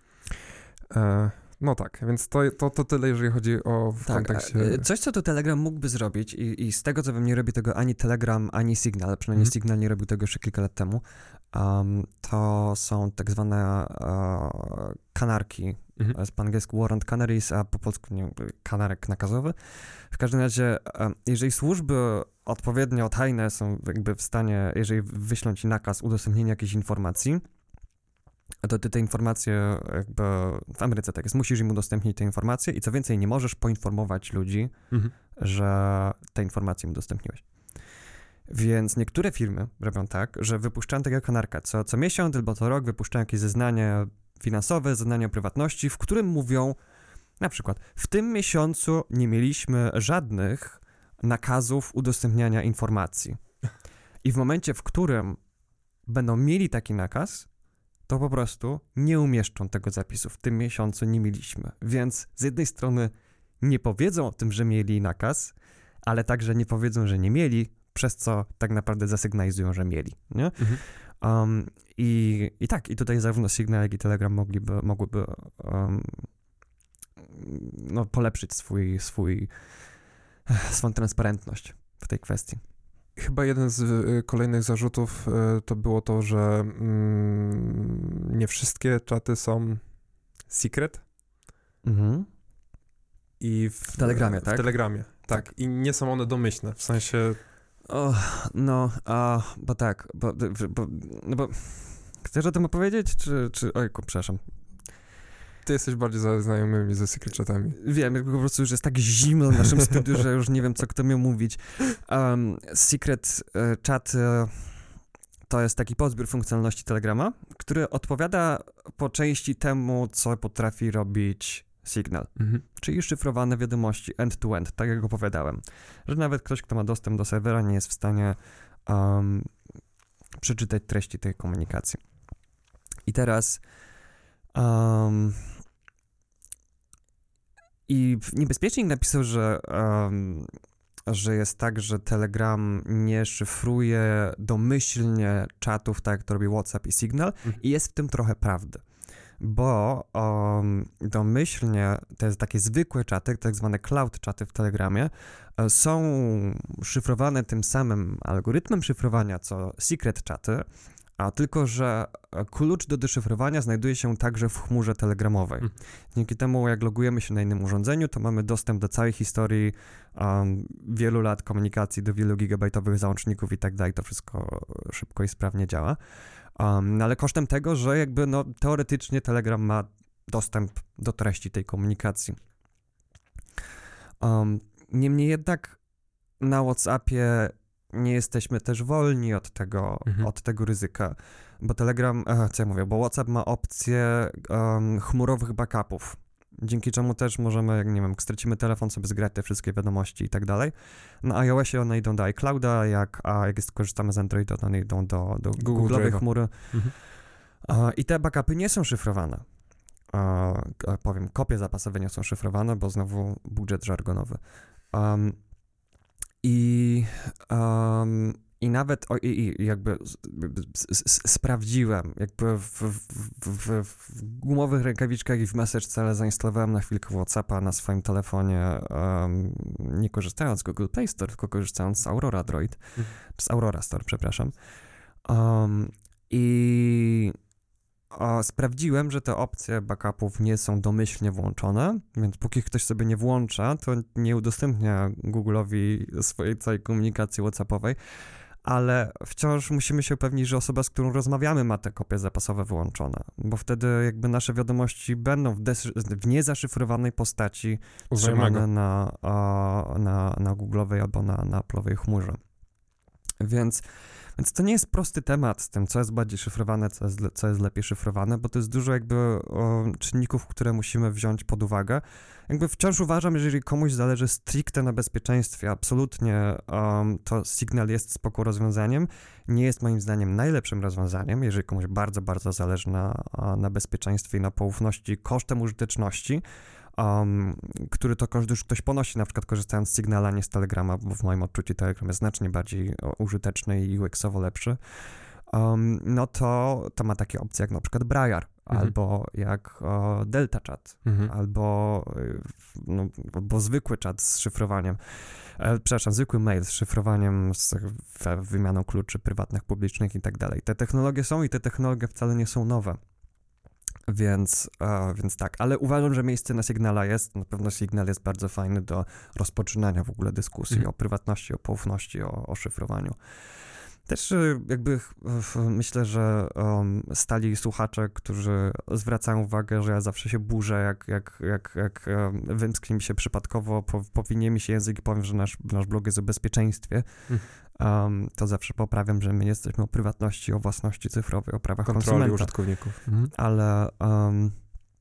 E, No tak, więc to, to, to tyle, jeżeli chodzi o w tak, kontekście... Coś, co tu Telegram mógłby zrobić i, i z tego, co wiem, nie robi tego ani Telegram, ani Signal, przynajmniej mm. Signal nie robił tego jeszcze kilka lat temu, um, to są tak zwane uh, kanarki, mm. z po angielsku warrant canaries, a po polsku nie, kanarek nakazowy. W każdym razie, um, jeżeli służby odpowiednio tajne są jakby w stanie, jeżeli wyślą ci nakaz udostępnienia jakiejś informacji, to ty te informacje jakby w Ameryce tak jest, musisz im udostępnić te informacje i co więcej, nie możesz poinformować ludzi, mhm. że te informacje im udostępniłeś. Więc niektóre firmy robią tak, że wypuszczają takiego kanarka co, co miesiąc albo co rok wypuszczają jakieś zeznanie finansowe, zeznanie o prywatności, w którym mówią na przykład, w tym miesiącu nie mieliśmy żadnych nakazów udostępniania informacji. I w momencie, w którym będą mieli taki nakaz, to po prostu nie umieszczą tego zapisu. W tym miesiącu nie mieliśmy. Więc z jednej strony nie powiedzą o tym, że mieli nakaz, ale także nie powiedzą, że nie mieli, przez co tak naprawdę zasygnalizują, że mieli. Nie? Mhm. Um, i, I tak, i tutaj zarówno Signal, jak i Telegram mogliby, mogłyby um, no, polepszyć swój, swój, swoją transparentność w tej kwestii. Chyba jeden z y, kolejnych zarzutów y, to było to, że mm, nie wszystkie czaty są secret. Mhm. I w, w Telegramie, w tak? W Telegramie, tak. tak. I nie są one domyślne, w sensie... O, no, a, bo tak, bo, bo, no bo... Chcesz o tym opowiedzieć, czy... czy ojku, przepraszam. Ty jesteś bardziej znajomymi ze secret chatami. Wiem, po prostu już jest tak zimno w naszym studiu, że już nie wiem, co kto miał mówić. Um, secret chat to jest taki pozbiór funkcjonalności Telegrama, który odpowiada po części temu, co potrafi robić Signal. Mhm. Czyli szyfrowane wiadomości end-to-end, tak jak opowiadałem. Że nawet ktoś, kto ma dostęp do serwera, nie jest w stanie um, przeczytać treści tej komunikacji. I teraz um, i niebezpiecznik napisał, że, um, że jest tak, że Telegram nie szyfruje domyślnie czatów, tak jak to robi WhatsApp i Signal, mhm. i jest w tym trochę prawdy. Bo um, domyślnie te takie zwykłe czaty, tak zwane cloud czaty w Telegramie, są szyfrowane tym samym algorytmem szyfrowania, co secret czaty, a tylko, że klucz do deszyfrowania znajduje się także w chmurze telegramowej. Hmm. Dzięki temu, jak logujemy się na innym urządzeniu, to mamy dostęp do całej historii um, wielu lat komunikacji, do wielu gigabajtowych załączników i tak dalej. To wszystko szybko i sprawnie działa. Um, no ale kosztem tego, że jakby no, teoretycznie Telegram ma dostęp do treści tej komunikacji. Um, niemniej jednak na WhatsAppie nie jesteśmy też wolni od tego, mhm. od tego ryzyka, bo Telegram, e, co ja mówię, bo WhatsApp ma opcję um, chmurowych backupów. dzięki czemu też możemy, jak nie wiem, jak stracimy telefon, sobie zgrać te wszystkie wiadomości i tak dalej. Na iOSie one idą do iClouda, jak, a jak jest, korzystamy z Androida, to one idą do, do Google Google'owej Drive'a. chmury. Mhm. A, I te backupy nie są szyfrowane. A, a powiem, kopie zapasowe nie są szyfrowane, bo znowu budżet żargonowy. Um, I um, I nawet o, i, i jakby s, s, sprawdziłem, jakby w, w, w, w gumowych rękawiczkach i w Message, ale zainstalowałem na chwilkę WhatsAppa na swoim telefonie, um, nie korzystając z Google Play Store, tylko korzystając z Aurora Droid, hmm. z Aurora Store, przepraszam. Um, I o, sprawdziłem, że te opcje backupów nie są domyślnie włączone, więc póki ktoś sobie nie włącza, to nie udostępnia Google'owi swojej całej komunikacji WhatsAppowej, ale wciąż musimy się upewnić, że osoba, z którą rozmawiamy, ma te kopie zapasowe wyłączone, bo wtedy jakby nasze wiadomości będą w, des- w niezaszyfrowanej postaci trzymane na, na, na Google'owej albo na, na Apple'owej chmurze. Więc, więc to nie jest prosty temat z tym, co jest bardziej szyfrowane, co jest, co jest lepiej szyfrowane, bo to jest dużo jakby o, czynników, które musimy wziąć pod uwagę. Jakby wciąż uważam, że jeżeli komuś zależy stricte na bezpieczeństwie, absolutnie um, to Signal jest spoko rozwiązaniem. Nie jest moim zdaniem najlepszym rozwiązaniem, jeżeli komuś bardzo, bardzo zależy na, na bezpieczeństwie i na poufności kosztem użyteczności, um, który to koszt już ktoś ponosi, na przykład korzystając z Signala, nie z Telegrama, bo w moim odczuciu Telegram jest znacznie bardziej użyteczny i U X-owo lepszy. Um, no to, to ma takie opcje jak na przykład Briar, mhm. albo jak o, Delta Chat, mhm. albo, no, albo zwykły czat z szyfrowaniem, e, przepraszam, zwykły mail z szyfrowaniem, z wymianą kluczy prywatnych, publicznych i tak dalej. Te technologie są i te technologie wcale nie są nowe. Więc, e, więc tak, ale uważam, że miejsce na Signala jest, na pewno Signal jest bardzo fajny do rozpoczynania w ogóle dyskusji mhm. o prywatności, o poufności, o, o szyfrowaniu. Też jakby myślę, że um, stali słuchacze, którzy zwracają uwagę, że ja zawsze się burzę, jak, jak, jak, jak um, wymsknie mi się przypadkowo, po, powinie mi się język i powiem, że nasz, nasz blog jest o bezpieczeństwie, um, to zawsze poprawiam, że my nie jesteśmy o prywatności, o własności cyfrowej, o prawach kontroli konsumenta. użytkowników. Mhm. Ale... Um,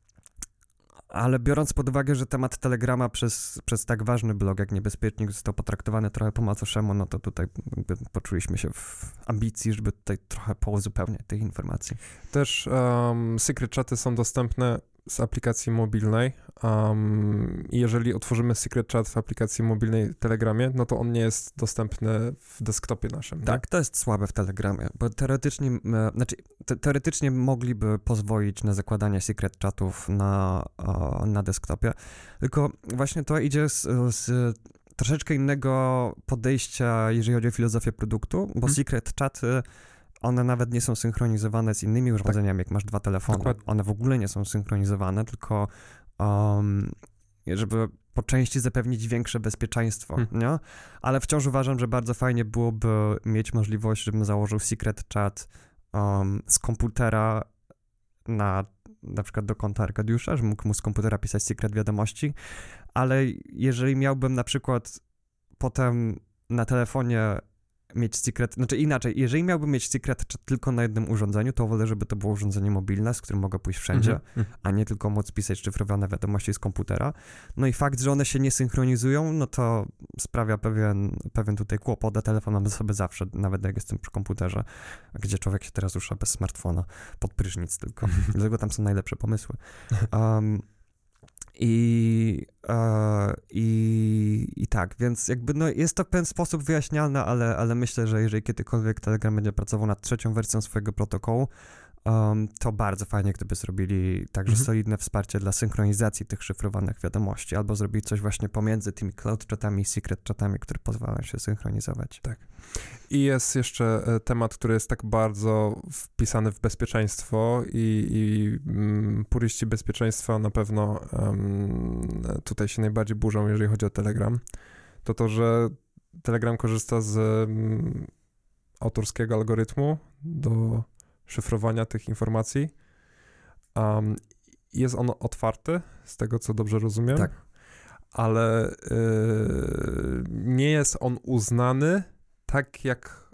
Ale biorąc pod uwagę, że temat Telegrama przez, przez tak ważny blog jak Niebezpiecznik został potraktowany trochę po macoszemu, no to tutaj poczuliśmy się w ambicji, żeby tutaj trochę pouzupełniać tych informacji. Też um, secret chaty są dostępne z aplikacji mobilnej um, i jeżeli otworzymy secret chat w aplikacji mobilnej Telegramie, no to on nie jest dostępny w desktopie naszym. Tak, nie? To jest słabe w Telegramie, bo teoretycznie, e, znaczy, te, teoretycznie mogliby pozwolić na zakładanie secret chatów na, e, na desktopie, tylko właśnie to idzie z, z troszeczkę innego podejścia, jeżeli chodzi o filozofię produktu, bo hmm. secret chaty one nawet nie są synchronizowane z innymi urządzeniami, tak. Jak masz dwa telefony. Dokładnie. One w ogóle nie są synchronizowane, tylko um, żeby po części zapewnić większe bezpieczeństwo, hmm. nie? Ale wciąż uważam, że bardzo fajnie byłoby mieć możliwość, żebym założył secret chat um, z komputera na na przykład do konta Arkadiusza, że mógł mu z komputera pisać secret wiadomości, ale jeżeli miałbym na przykład potem na telefonie mieć secret, znaczy inaczej, jeżeli miałbym mieć secret chat tylko na jednym urządzeniu, to wolę, żeby to było urządzenie mobilne, z którym mogę pójść wszędzie, mm-hmm. a nie tylko móc pisać szyfrowane wiadomości z komputera. No i fakt, że one się nie synchronizują, no to sprawia pewien, pewien tutaj kłopot, a telefon mamy sobie zawsze, nawet jak jestem przy komputerze, gdzie człowiek się teraz rusza bez smartfona, pod prysznic tylko. Dlatego tam są najlepsze pomysły. Um, I, e, i, I tak, więc jakby no jest to w pewien sposób wyjaśnialne, ale, ale myślę, że jeżeli kiedykolwiek Telegram będzie pracował nad trzecią wersją swojego protokołu, um, to bardzo fajnie, gdyby zrobili także mhm. solidne wsparcie dla synchronizacji tych szyfrowanych wiadomości, albo zrobili coś właśnie pomiędzy tymi cloud chatami i secret chatami, które pozwalają się synchronizować. Tak. I jest jeszcze temat, który jest tak bardzo wpisany w bezpieczeństwo i, i um, puryści bezpieczeństwa na pewno um, tutaj się najbardziej burzą, jeżeli chodzi o Telegram. To to, że Telegram korzysta z um, autorskiego algorytmu do szyfrowania tych informacji. Um, jest on otwarty, z tego co dobrze rozumiem. Tak. Ale yy, nie jest on uznany tak jak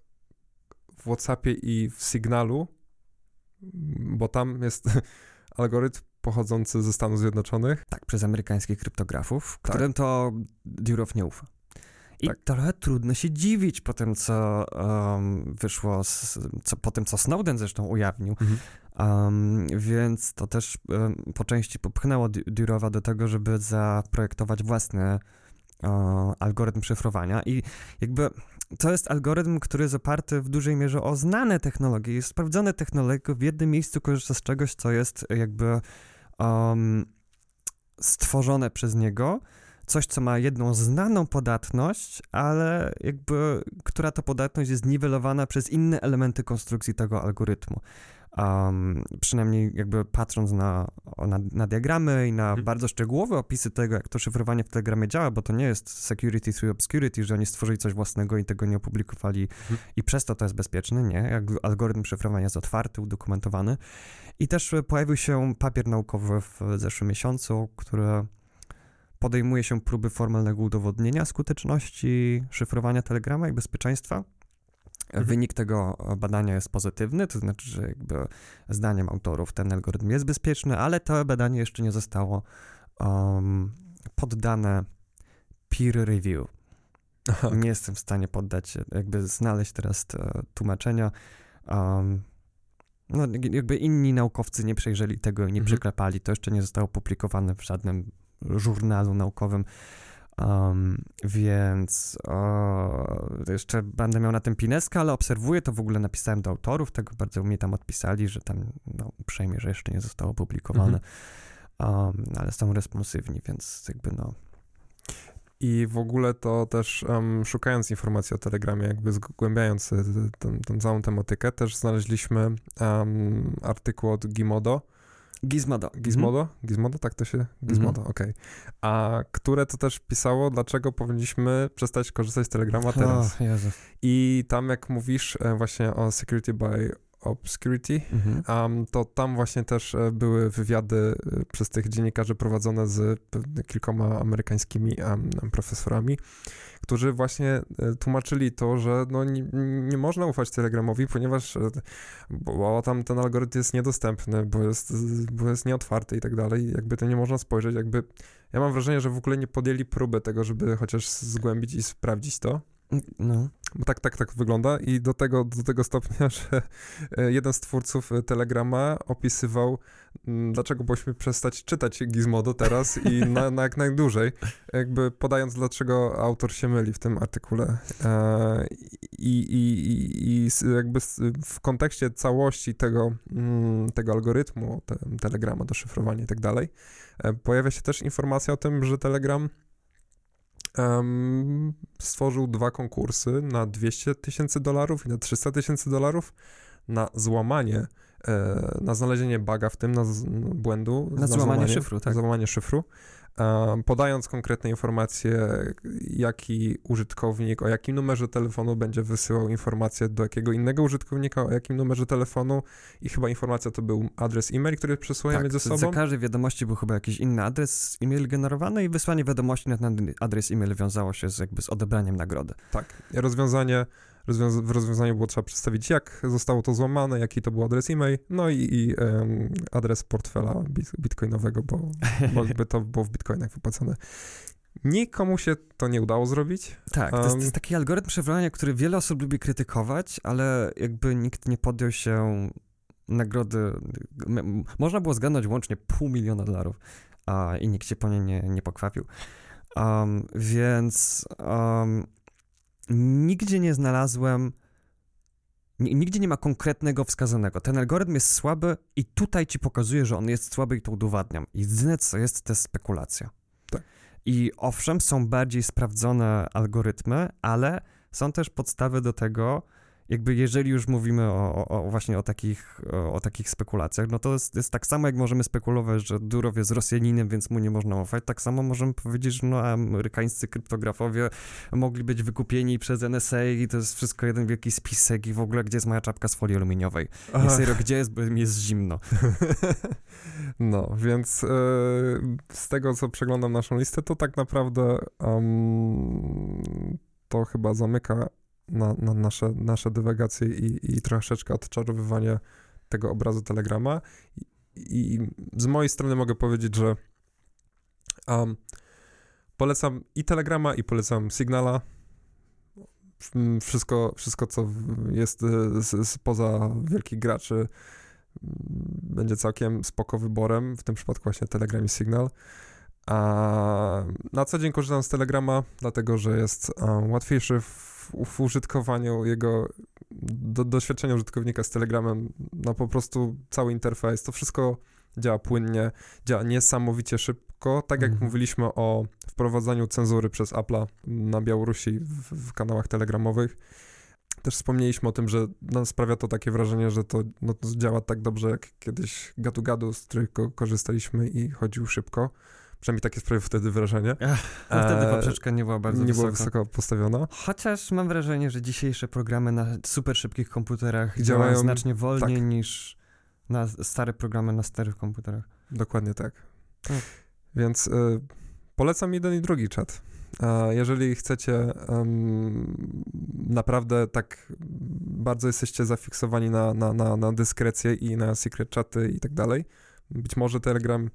w WhatsAppie i w Signalu, bo tam jest algorytm pochodzący ze Stanów Zjednoczonych. Tak, przez amerykańskich kryptografów, Tak. którym to Durow nie ufa. I Tak. trochę trudno się dziwić po tym, co um, wyszło, z, co, po tym, co Snowden zresztą ujawnił. Mhm. Um, więc to też um, po części popchnęło Durowa do tego, żeby zaprojektować własny um, algorytm szyfrowania. I jakby to jest algorytm, który jest oparty w dużej mierze o znane technologie, jest sprawdzone technologie, w jednym miejscu korzysta z czegoś, co jest jakby um, stworzone przez niego, coś, co ma jedną znaną podatność, ale jakby, która to podatność jest niwelowana przez inne elementy konstrukcji tego algorytmu. Um, przynajmniej jakby patrząc na, na, na diagramy i na hmm. bardzo szczegółowe opisy tego, jak to szyfrowanie w Telegramie działa, bo to nie jest security through obscurity, że oni stworzyli coś własnego i tego nie opublikowali hmm. i przez to to jest bezpieczne, nie? Jak algorytm szyfrowania jest otwarty, udokumentowany. I też pojawił się papier naukowy w zeszłym miesiącu, który podejmuje się próby formalnego udowodnienia skuteczności szyfrowania Telegrama i bezpieczeństwa. Mhm. Wynik tego badania jest pozytywny, to znaczy, że jakby zdaniem autorów ten algorytm jest bezpieczny, ale to badanie jeszcze nie zostało um, poddane peer review. Aha. Nie jestem w stanie poddać, jakby znaleźć teraz tłumaczenia. Um, no, jakby inni naukowcy nie przejrzeli tego i nie mhm. przyklepali. To jeszcze nie zostało publikowane w żadnym żurnalu naukowym. Um, więc o, jeszcze będę miał na tym pineskę, ale obserwuję to, w ogóle napisałem do autorów tego, bardzo mi tam odpisali, że tam no, uprzejmie, że jeszcze nie zostało opublikowane, mhm. um, ale są responsywni, więc jakby no. I w ogóle to też um, szukając informacji o Telegramie, jakby zgłębiając tę całą tematykę, też znaleźliśmy um, artykuł od Gizmodo, Gizmodo. Gizmodo? Mhm. Gizmodo, tak to się... Gizmodo, mm-hmm. okej. Okay. A które to też pisało, dlaczego powinniśmy przestać korzystać z Telegrama teraz. O, Jezu. I tam, jak mówisz właśnie o security by obscurity, mm-hmm. um, to tam właśnie też były wywiady przez tych dziennikarzy prowadzone z kilkoma amerykańskimi um, profesorami, którzy właśnie tłumaczyli to, że no nie, nie można ufać Telegramowi, ponieważ bo tam ten algorytm jest niedostępny, bo jest, bo jest nieotwarty i tak dalej. Jakby to nie można spojrzeć, jakby ja mam wrażenie, że w ogóle nie podjęli próby tego, żeby chociaż zgłębić i sprawdzić to. No. Bo tak, tak, tak wygląda i do tego, do tego stopnia, że jeden z twórców Telegrama opisywał, dlaczego powinniśmy przestać czytać Gizmodo teraz i na, na jak najdłużej, jakby podając, dlaczego autor się myli w tym artykule. I, i, i, i jakby w kontekście całości tego, tego algorytmu, te, Telegrama do szyfrowania i tak dalej, pojawia się też informacja o tym, że Telegram Um, stworzył dwa konkursy na dwieście tysięcy dolarów i na trzysta tysięcy dolarów na złamanie, e, na znalezienie buga w tym, na z, błędu. Na, na złamanie, złamanie szyfru, tak. Na złamanie szyfru. Um, podając konkretne informacje, jaki użytkownik, o jakim numerze telefonu będzie wysyłał informację do jakiego innego użytkownika, o jakim numerze telefonu i chyba informacja to był adres e-mail, który przesyłamy tak, ze sobą. Za każdej wiadomości był chyba jakiś inny adres e-mail generowany i wysłanie wiadomości na ten adres e-mail wiązało się z, jakby z odebraniem nagrody. Tak, rozwiązanie Rozwiąz- w rozwiązaniu było trzeba przedstawić, jak zostało to złamane, jaki to był adres e-mail, no i, i um, adres portfela bit- bitcoinowego, bo, bo by to było w bitcoinach wypłacone. Nikomu się to nie udało zrobić. Tak, to jest, to jest taki algorytm szyfrowania, który wiele osób lubi krytykować, ale jakby nikt nie podjął się nagrody. M- można było zgadnąć łącznie pół miliona dolarów a, i nikt się po nie nie, nie pokwapił. Um, więc... Um, Nigdzie nie znalazłem, nigdzie nie ma konkretnego wskazanego. Ten algorytm jest słaby i tutaj ci pokazuje, że on jest słaby i to udowadniam. Jedyne co jest, to jest spekulacja. Tak. I owszem, są bardziej sprawdzone algorytmy, ale są też podstawy do tego, jakby jeżeli już mówimy o, o właśnie o takich, o, o takich spekulacjach, no to jest, jest tak samo, jak możemy spekulować, że Durow jest Rosjaninem, więc mu nie można ufać, tak samo możemy powiedzieć, że no, amerykańscy kryptografowie mogli być wykupieni przez N S A i to jest wszystko jeden wielki spisek i w ogóle gdzie jest moja czapka z folii aluminiowej? I serio, gdzie jest, bo mi jest zimno. No, więc yy, z tego, co przeglądam naszą listę, to tak naprawdę um, to chyba zamyka na, na nasze, nasze dywagacje i, i troszeczkę odczarowywanie tego obrazu Telegrama. i z mojej strony mogę powiedzieć, że um, polecam i Telegrama, i polecam Signala. Wszystko, wszystko co jest z, z poza wielkich graczy, będzie całkiem spoko wyborem, w tym przypadku właśnie Telegram i Signal. A na co dzień korzystam z Telegrama, dlatego że jest um, łatwiejszy w, w użytkowaniu jego, do, doświadczenie użytkownika z Telegramem, no po prostu cały interfejs, to wszystko działa płynnie, działa niesamowicie szybko, tak jak mhm. mówiliśmy o wprowadzaniu cenzury przez Apple'a na Białorusi w, w kanałach telegramowych. Też wspomnieliśmy o tym, że no, sprawia to takie wrażenie, że to, no, to działa tak dobrze jak kiedyś gadu-gadu, z którego korzystaliśmy i chodził szybko. Przynajmniej takie sprawiło wtedy wrażenie. Ech, no wtedy poprzeczka nie była bardzo nie wysoko. była wysoko postawiona. Chociaż mam wrażenie, że dzisiejsze programy na super szybkich komputerach działają, działają znacznie wolniej tak. niż na stare programy na starych komputerach. Dokładnie tak. tak. Więc y, polecam jeden i drugi czat. A jeżeli chcecie um, naprawdę tak bardzo jesteście zafiksowani na, na, na, na dyskrecję i na secret chaty i tak dalej, być może Telegram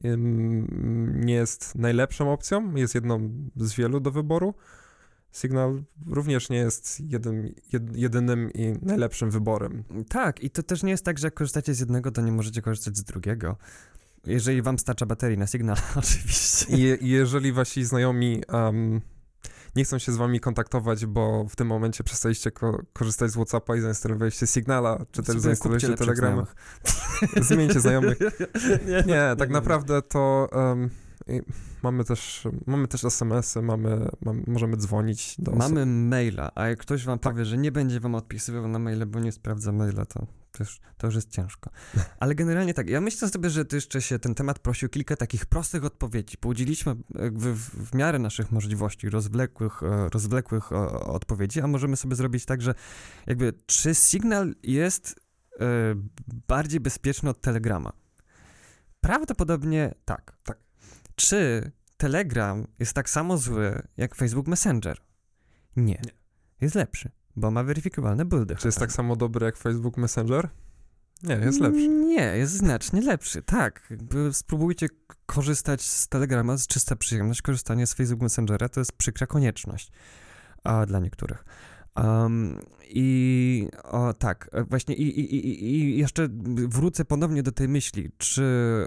um, nie jest najlepszą opcją, jest jedną z wielu do wyboru. Signal również nie jest jednym, jed, jedynym i najlepszym wyborem. Tak, i to też nie jest tak, że jak korzystacie z jednego, to nie możecie korzystać z drugiego. Jeżeli wam starcza baterii na Signal, oczywiście. I, i jeżeli wasi znajomi um, nie chcą się z wami kontaktować, bo w tym momencie przestaliście ko- korzystać z WhatsAppa i zainstalowaliście Signala, czy też zainstalowaliście Telegrama. Zmieńcie znajomych. Nie, nie, tak nie naprawdę to um, mamy też mamy też es em esy, mamy, mamy, możemy dzwonić do Mamy osób. maila, a jak ktoś wam tak. powie, że nie będzie wam odpisywał na maile, bo nie sprawdza maila, to też, to już jest ciężko. Ale generalnie tak, ja myślę sobie, że to jeszcze się ten temat prosił kilka takich prostych odpowiedzi. Podzieliliśmy w, w, w miarę naszych możliwości rozwlekłych, rozwlekłych odpowiedzi, a możemy sobie zrobić tak, że jakby czy Signal jest e, bardziej bezpieczny od Telegrama? Prawdopodobnie tak. Tak. Czy Telegram jest tak samo zły jak Facebook Messenger? Nie. Nie. Jest lepszy, bo ma weryfikowalne buildy. Czy jest tak samo dobry jak Facebook Messenger? Nie, jest lepszy. Nie, jest znacznie lepszy, tak. Jakby spróbujcie korzystać z Telegrama, z czysta przyjemność. Korzystanie z Facebook Messengera to jest przykra konieczność a, dla niektórych. Um, I o, tak, właśnie i, i, i, i jeszcze wrócę ponownie do tej myśli, czy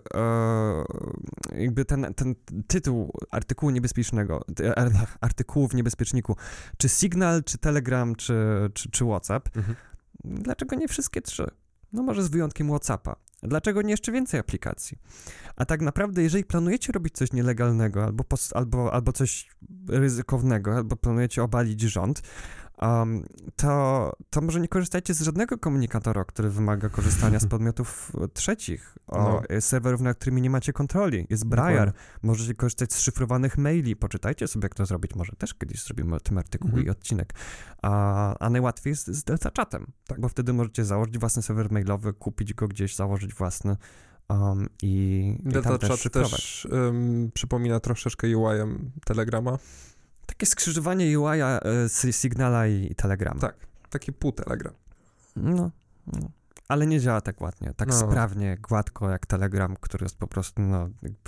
e, jakby ten, ten tytuł artykułu niebezpiecznego, artykułu w niebezpieczniku, czy Signal, czy Telegram, czy, czy, czy WhatsApp, mhm. Dlaczego nie wszystkie trzy? No może z wyjątkiem WhatsAppa. Dlaczego nie jeszcze więcej aplikacji? A tak naprawdę, jeżeli planujecie robić coś nielegalnego albo, post, albo, albo coś ryzykownego, albo planujecie obalić rząd, Um, to, to może nie korzystajcie z żadnego komunikatora, który wymaga korzystania z podmiotów trzecich, o no. serwerów, nad którymi nie macie kontroli. Jest Briar, możecie korzystać z szyfrowanych maili, poczytajcie sobie, jak to zrobić, może też kiedyś zrobimy o tym artykuł mhm. i odcinek. A, a najłatwiej jest z Delta Chatem, tak, bo wtedy możecie założyć własny serwer mailowy, kupić go gdzieś, założyć własny um, i, Delta i tam Chat też, też um, przypomina troszeczkę U I-em Telegrama. Takie skrzyżowanie U I-a, y, Signala i Telegrama. Tak, taki pół Telegram. No, no, ale nie działa tak ładnie, tak no. sprawnie, gładko jak Telegram, który jest po prostu no,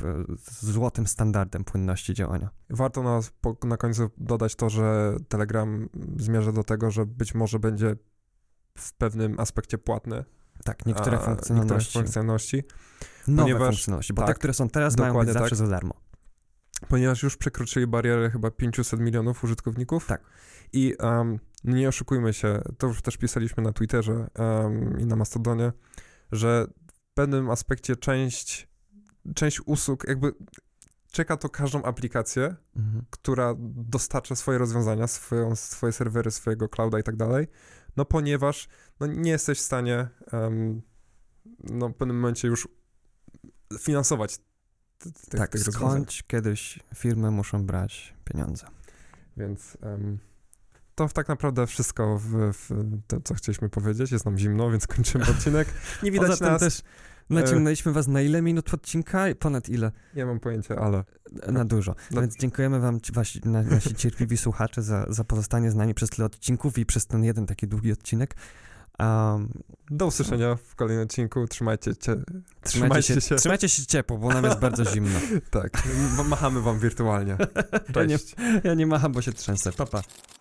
złotym standardem płynności działania. Warto na, po, na końcu dodać to, że Telegram zmierza do tego, że być może będzie w pewnym aspekcie płatny. Tak, niektóre a, funkcjonalności. Niektóre funkcjonalności. Nowe ponieważ, funkcjonalności, bo tak, te, które są teraz, mają być zawsze tak. za darmo. Ponieważ już przekroczyli barierę chyba pięćset milionów użytkowników. Tak. I um, nie oszukujmy się, to już też pisaliśmy na Twitterze um, i na Mastodonie, że w pewnym aspekcie część, część usług jakby czeka to każdą aplikację, mhm. która dostarcza swoje rozwiązania, swoją, swoje serwery, swojego clouda i tak dalej, no ponieważ no, nie jesteś w stanie um, no, w pewnym momencie już finansować Tych, tak, tych skądś kiedyś firmy muszą brać pieniądze. Więc um, to tak naprawdę wszystko w, w to, co chcieliśmy powiedzieć. Jest nam zimno, więc kończymy odcinek. Nie widać Poza nas. Też naciągnęliśmy was na ile minut odcinka? Ponad ile? Nie mam pojęcia, ale... Na dużo. No. Więc dziękujemy wam, ci, wasi, na, nasi cierpliwi słuchacze, za, za pozostanie z nami przez tyle odcinków i przez ten jeden taki długi odcinek. Um, Do usłyszenia w kolejnym odcinku. Trzymajcie, cie... trzymajcie, Trzymajcie się, się. trzymajcie się ciepło, bo nam jest bardzo zimno. Tak, machamy wam wirtualnie. Ja nie, Cześć. ja nie macham, bo się trzęsę. Pa, pa.